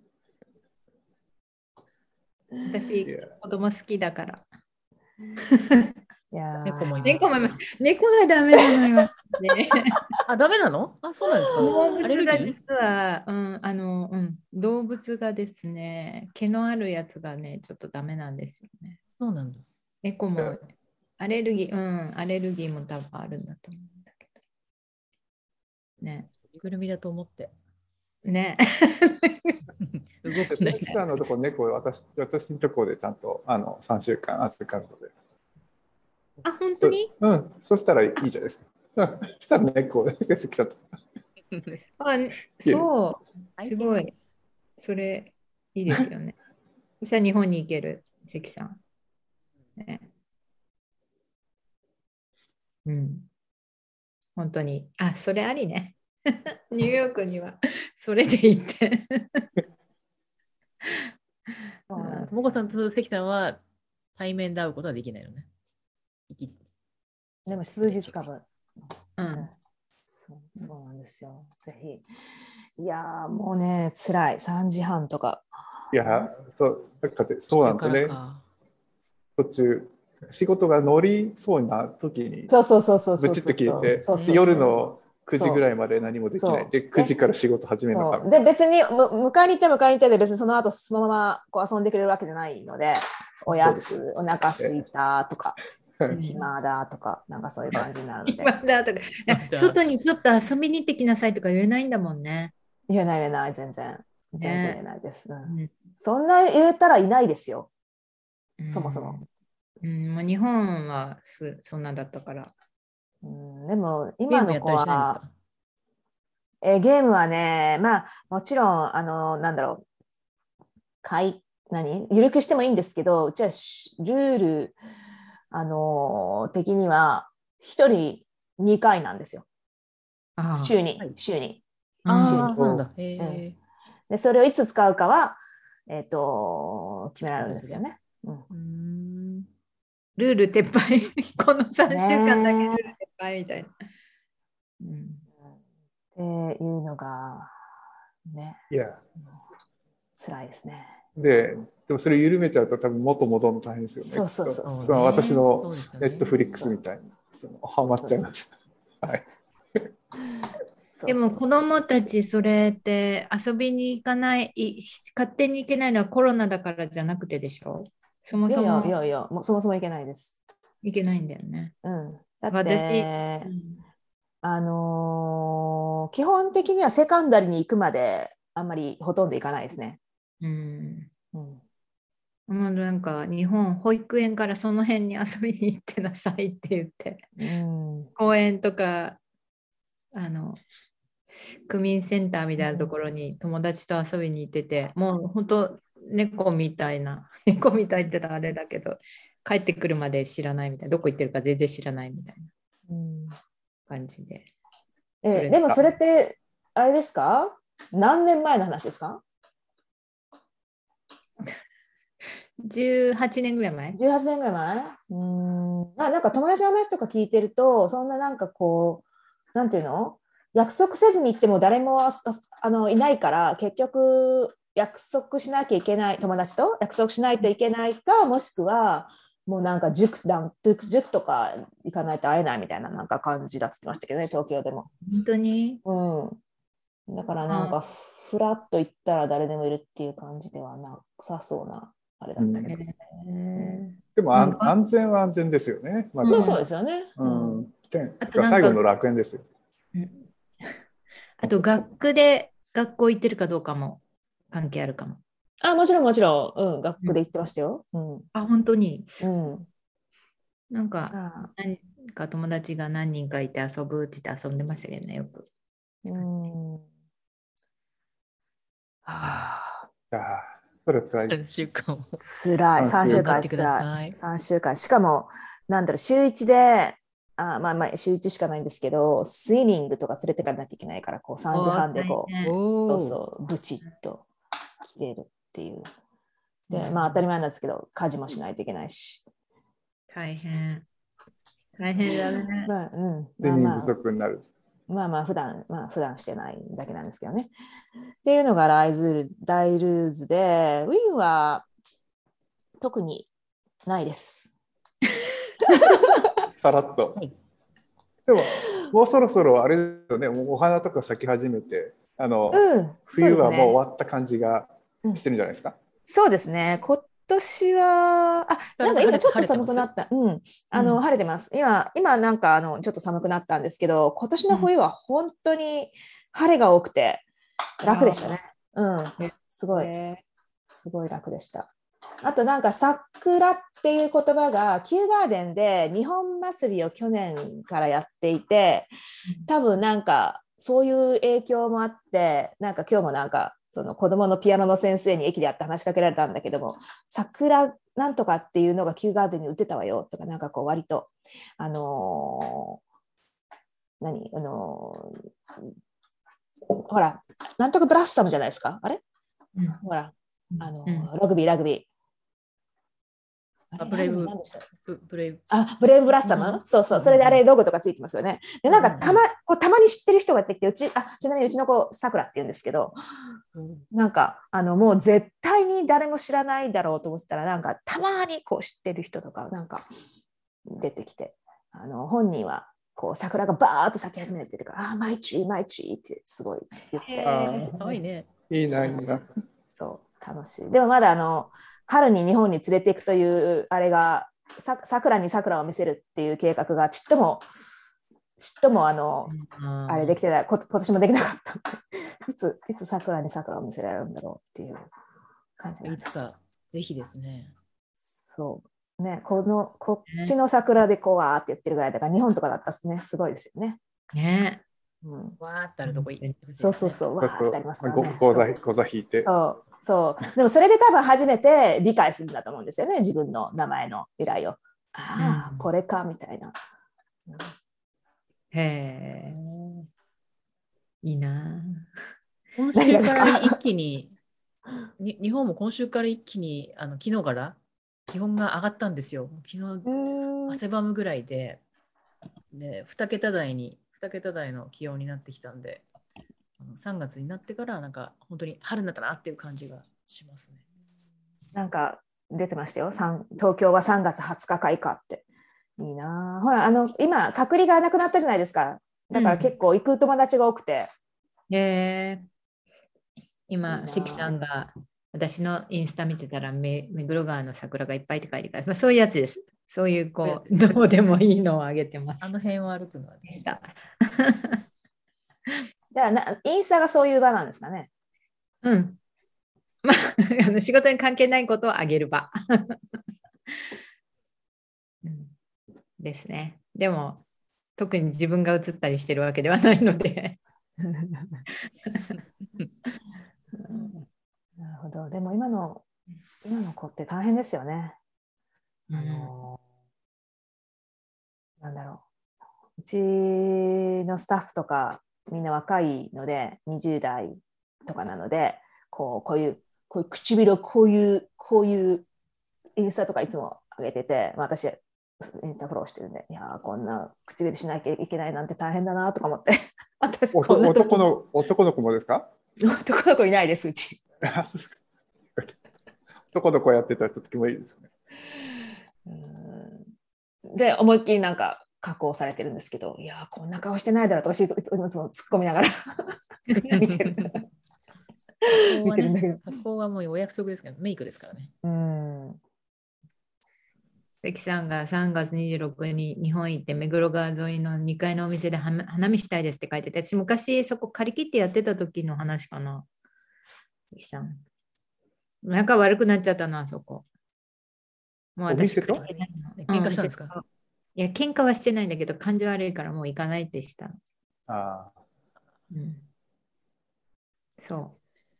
私、子供好きだから。 いや猫もいます。猫もいます。猫がダメなのよ。 あ、ダメなの？あ、そうなんですか。 動物が実は、うん、あの、うん、動物がですね、毛のあるやつがね、ちょっとダメなんですよね。 そうなんだ。 猫もアレルギー、うん、アレルギーも多分あるんだと思うんだけど。ね。 ぐるみだと思って。 ね。 動くね。さんのとこ猫私私のとこでちゃんとあのさんしゅうかん預かるので。 あ、本当に？ うん、そしたらいいじゃないですか。そしたら猫を関さんと。 あ、そう、すごい。それいいですよね。そしたら日本に行ける関さん。ね、うん。本当に。あ、それありね。ニューヨークにはそれで行って。 ともこさんと関さんは対面で会うことはできないよね。 でも数日かぶ。 うん。 そう、そうなんですよ。ぜひ。いやーもうね、辛い。さんじはんとか。 いや、そう、だってそうなんですね。途中、仕事が乗りそうな時に、 そうそうそうそうそう。 ブチッと消えて、夜のくじぐらいまで何もできない。で、くじから仕事始めなかった。 で、別にむ迎えに行って迎えに行ってで、別にその後そのままこう遊んでくれるわけじゃないので、おやつ、お腹すいたとか。暇だとか、なんかそういう感じになるので。 暇だとか、外にちょっと遊びに行ってきなさいとか言えないんだもんね。 言えない言えない、全然。全然言えね。 ないです。ううんんそんな言えたらいないですよ、 うんそもそも。 うんまあ、日本はそそんなんだったから。 うん、でもゲ今の子ームやったりしないんですは、 か？ えーゲームはね、まあもちろん、あの、なんだろう、かい、何緩くしてもいいんですけど、うちはしルール、あのー的にはひとりにかいなんですよ。 あ週に、 はい。 週に、週ああ、 に。 そうなんだ。 うん、 へえ。 で、それをいつ使うかは、えっと、決められるんですよね。うん、 うーん。 ルール撤廃。このさんしゅうかんだけルーねル撤廃みたいな。うんえっていうのが、ね、 いや、 辛いですね。 で、でもそれ緩めちゃうと多分元戻るの大変ですよね。 そうそうそうきっとそうその私そのうですよね。 ネットフリックスみたいにそのハマっちゃいます。はい。 そうでも子供たちそれって遊びに行かない、い勝手に行けないのはコロナだからじゃなくてでしょ？そもいやいやいそもやいや、もうそもそもいけないです。 行けないんだよね。 うん、だっ私、 て、 うんあのー基本的にはセカンダリに行くまであんまりほとんど行かないですね。 うんうん、 もうなんか日本保育園からその辺に遊びに行ってなさいって言ってうん公園とかあの区民センターみたいなところに友達と遊びに行ってて、もう本当猫みたいな猫みたいってのはあれだけど帰ってくるまで知らないみたいな、どこ行ってるか全然知らないみたいなうん感じで。 えそれでもそれってあれですか？何年前の話ですか？ じゅうはちねんぐらい前。 じゅうはちねんぐらい前？うんななんか友達の話とか聞いてると、そんななんかこう、なんていうの、約束せずに行っても誰もああのいないから、結局約束しなきゃいけない、友達と約束しないといけないか、もしくはもうなんか塾だ塾とか行かないと会えないみたいななんか感じだって言ってましたけどね、東京でも。 本当にうん、だからなんあかフラッと行ったら誰でもいるっていう感じではなさそうなあれだったけど。 えーでもなんか安安全は安全ですよね。まだまあうんそうですよね。 ううんん。てあとなんか最後の楽園ですよ。 うんあと学区で学校行ってるかどうかも関係あるかも。 あ、もちろんもちろん、うん、学うん区で行ってましたよ。うん。 あ、本当に。 うん。 なんか、 あ何か友達が何人かいて遊ぶって言って遊んでましたけどね、よく。 うん。はあ、 ああ、それは辛い。 さんしゅうかんも辛い。3週間頑張ってくだ辛さい。 い。さんしゅうかん。しかも、なんだろう、週いちで、あ、まあまあ、週いちしかないんですけど、スイミングとか連れてかなきゃいけないから、こうさんじはんでこう、そうそう、ブチッと切れるっていう。で、まあ当たり前なんですけど、家事もしないといけないし。 大変。大変だね。 まあ、うん。 で、人まあまあ、 不足になる。 まあまあ、普段、まあ普段してないだけなんですけどね。っていうのがライズル、大ルーズで、ウィンは特にないです。 さらっと。でも、もうそろそろあれですよね、もうお花とか咲き始めて、あの、 うん、 冬はもうね、 終わった感じがしてるんじゃないですか。 そうですね。今年は、あ、なんか今ちょっと寒くなった。うん。あの、 うん晴れてます。今、今なんかあの、ちょっと寒くなったんですけど、今年の冬は本当に晴れが多くて楽でしたね。うん。すごい、すごい楽でした。あとなんか桜っていう言葉がキューガーデンで日本祭りを去年からやっていて、多分なんかそういう影響もあって、なんか今日もなんかその子供のピアノの先生に駅で会って話しかけられたんだけども、桜なんとかっていうのがキューガーデンに売ってたわよとか、なんかこう割とあのー、何あのー、ほらなんとかブラッサムじゃないですか、あれ、うん、ほらあのーうん、ラグビーラグビーあブレイブブレイブあブレイブブラッサム、うん、そうそう、それであれロゴとかついてますよね。でなんかたま、こうたまに知ってる人がやってきて、うちあちなみにうちの子さくらって言うんですけど、うん、なんかあのもう絶対に誰も知らないだろうと思ってたら、なんかたまにこう知ってる人とかなんか出てきて、あの本人はこう桜がバーッと咲き始めてるから「あマイチューマイチュー」ってすごい言って、 かわいいね。 いいな、いいな。 そう楽しい。でもまだあの春に日本に連れていくというあれがさ桜に桜を見せるっていう計画がちっともちっともあの、 ああれできてない、こ今年もできなかった。いつ、いつ桜に桜を見せられるんだろうっていう感じなんです。 いつか、ぜひですね。 そうね、このこっちの桜でこうわーって言ってるぐらいだから、日本とかだったらね、すごいですよね。 ね。 うん、 わーってあるとこ行ってほしいですね。 そうそうそう、わーってありますからね。 ご座ご座引いて。 そうそう。でもそれで多分初めて理解するんだと思うんですよね、自分の名前の由来を。ああ、 うんこれかみたいな。 へえ。いいな。 今週から一気に、に日本も今週から一気にあの昨日から気温が上がったんですよ。昨日汗ばむぐらいで、でに桁台に、に桁台の気温になってきたんで、あのさんがつになってからなんか本当に春になったなっていう感じがしますね。 なんか出てましたよ。東京はさんがつはつか開花って。いいな。ほら、あの今、隔離がなくなったじゃないですか。だから結構行く友達が多くて。 うん、へえ。今、関さんが私のインスタ見てたら、目黒川の桜がいっぱいって書いてから、まあ、そういうやつです。そういうこう、どうでもいいのをあげてます。 あの辺を歩くのはでした。 じゃあな、インスタがそういう場なんですかね。 うん。まあ、あの仕事に関係ないことをあげる場。うん、ですね。でも、特に自分が映ったりしてるわけではないので。 なるほど。でも今の今の子って大変ですよね。あの、うん、なんだろう。うちのスタッフとかみんな若いのでにじゅう代とかなので、こうこういうこういう唇をこういうこういうインスタとかいつも上げてて、私インスタフォローしてるんで、いやこんな唇しなきゃいけないなんて大変だなとか思って。私こんな男の男の子もですか？ 男の子いないです、うち。 男の子やってたらとってもいいですね。 うんで、思いっきりなんか加工されてるんですけど、いやこんな顔してないだろうとか、いつも突っ込みながら見てる。 見てるんだけど。加工はもうお約束ですけど、メイクですからね。 うん。 関さんがさんがつにじゅうろくにちに日本行って目黒川沿いのにかいのお店で花見したいですって書いてて、私昔そこ借り切ってやってた時の話かな。関さん。仲悪くなっちゃったな、あそこ。もう私喧嘩したんですか？ いや、喧嘩はしてないんだけど、感じ悪いからもう行かないってした。 ああ。 うん。そう。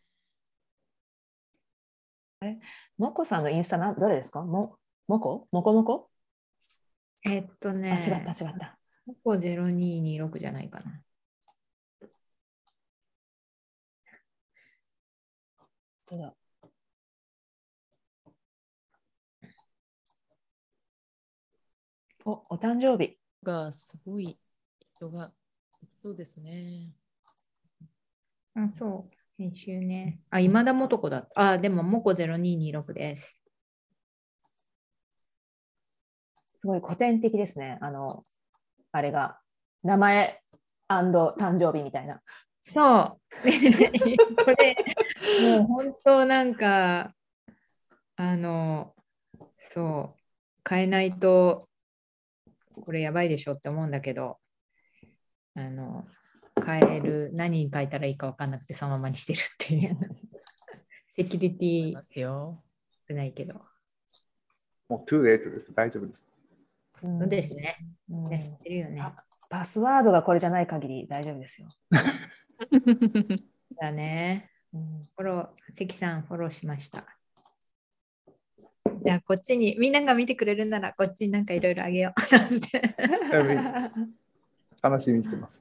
あれ、もこさんのインスタなどれですか？ももこもこもこえっとね。 あ、違った違った。 もこゼロににろくじゃないかな。 そうだ。お、お誕生日がすごい人がそうですね。 あ、そう。編集ね。あ、今田素子だった。あ、でも、もこゼロににろくです。 すごい古典的ですね。あの、あれが、名前誕生日みたいな。 そう。これ、もう本当なんか、あの、そう、変えないと、これやばいでしょって思うんだけど、あの、変える、何に書いたらいいか分かんなくて、そのままにしてるっていう。セキュリティ少ないけど。 もうトゥーレイトです。大丈夫です。 そうですね。うん、知ってるよね。 パスワードがこれじゃない限り大丈夫ですよ。 だね。フォロー、関さんフォローしました。じゃあこっちにみんなが見てくれるならこっちになんかいろいろあげよう。 楽しみにしてます。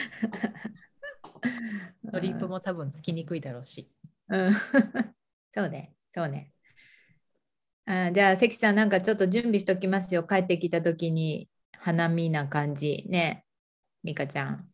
トリップも多分つきにくいだろうし。 うん、そうね、そうね。あ、じゃあ関さんなんかちょっと準備しときますよ。帰ってきた時に花見な感じね。ミカちゃん。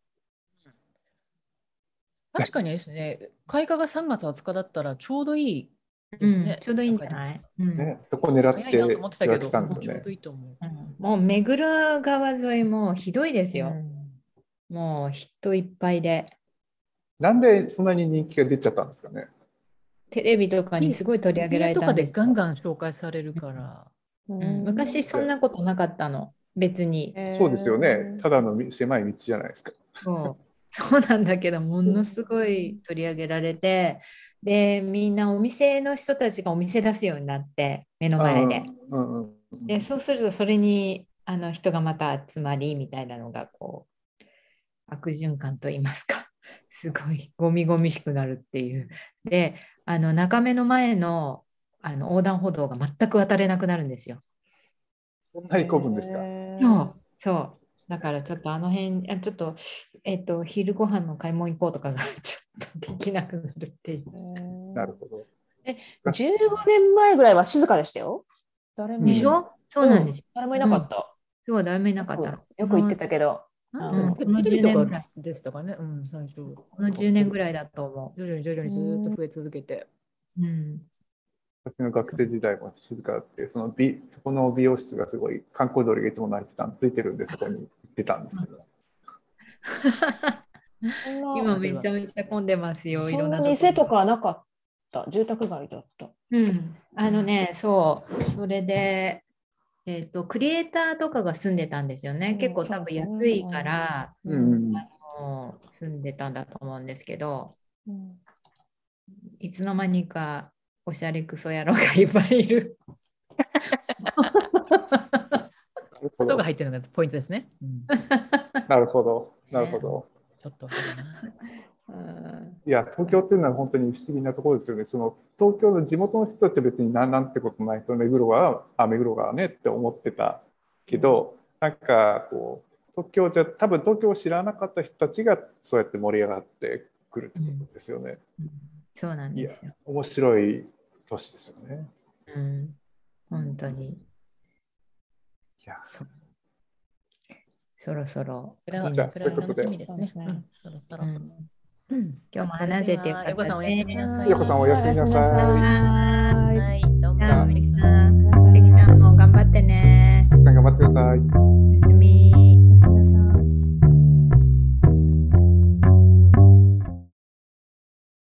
確かにですね、開花がさんがつはつかだったらちょうどいいですね。 うん、ちょうどいいんじゃない、 うんね、そこ狙って早いなと思ってたけど、 ね、 ちょうどいいと思う。 うん、もう目黒川沿いもひどいですよ。うん、もう人いっぱいで。 なんでそんなに人気が出ちゃったんですかね。 テレビとかにすごい取り上げられたんですとかでガンガン紹介されるから。 うん、昔そんなことなかったの。 別に。 そうですよね。ただの狭い道じゃないですか。 そうそうなんだけど、ものすごい取り上げられて、で、みんなお店の人たちがお店出すようになって、目の前で。 うんうんうん、 で、そうすると、それにあの人がまた集まりみたいなのが、こう、悪循環といいますか、すごいゴミゴミしくなるっていう。で、あの中目の前の、あの横断歩道が全く渡れなくなるんですよ。 そんなに混むんですか？ そうそう。だからちょっとあの辺、あちょっと、えっと、昼ご飯の買い物行こうとかがちょっとできなくなるっていう。 なるほど。 え、じゅうごねんまえぐらいは静かでしたよ。誰も。 でしょ？そうなんですよ。 誰もいなかった。 そう、誰もいなかったの。 よく言ってたけど。 うん、このじゅうねんぐらいでしたかね。うん、最初。 このじゅうねんぐらいだと思う。 徐々に徐々にずっと増え続けて。 うん。 私の学生時代も静かだって、その美そこの美容室がすごい観光通りがいつも泣いてたんついてるんで、そこに行ってたんですけど。 今めちゃめちゃ混んでますよ。 いろんな店とかなかった。住宅街だった。 うん。あのね、そう。それで、えっと、クリエイターとかが住んでたんですよね。結構多分安いから、 うんあの住んでたんだと思うんですけど、 うん、 いつの間にかおしゃれクソ野郎がいっぱいいる。 音が入ってるのがポイントですね。うん、 なるほど、なるほど。 ちょっといや、東京っていうのは本当に不思議なところですよね。その東京の地元の人たちは別になんなんてことない、その目黒川、あ、目黒川ねって思ってたけど、なんかこう、東京じゃ、多分東京を知らなかった人たちがそうやって盛り上がってくるってことですよね。 うんうん、そうなんですよ。 面白い都市ですよね。 うん、本当に。いや、 そ, そろそろ。 じゃあ、そういうことで。 今日も話せてよかったね。 よこさんおやすみなさい。 よこさんおやすみなさい。 はい、どうも。 関さんも頑張ってね。 関さん頑張ってください。 おやすみ。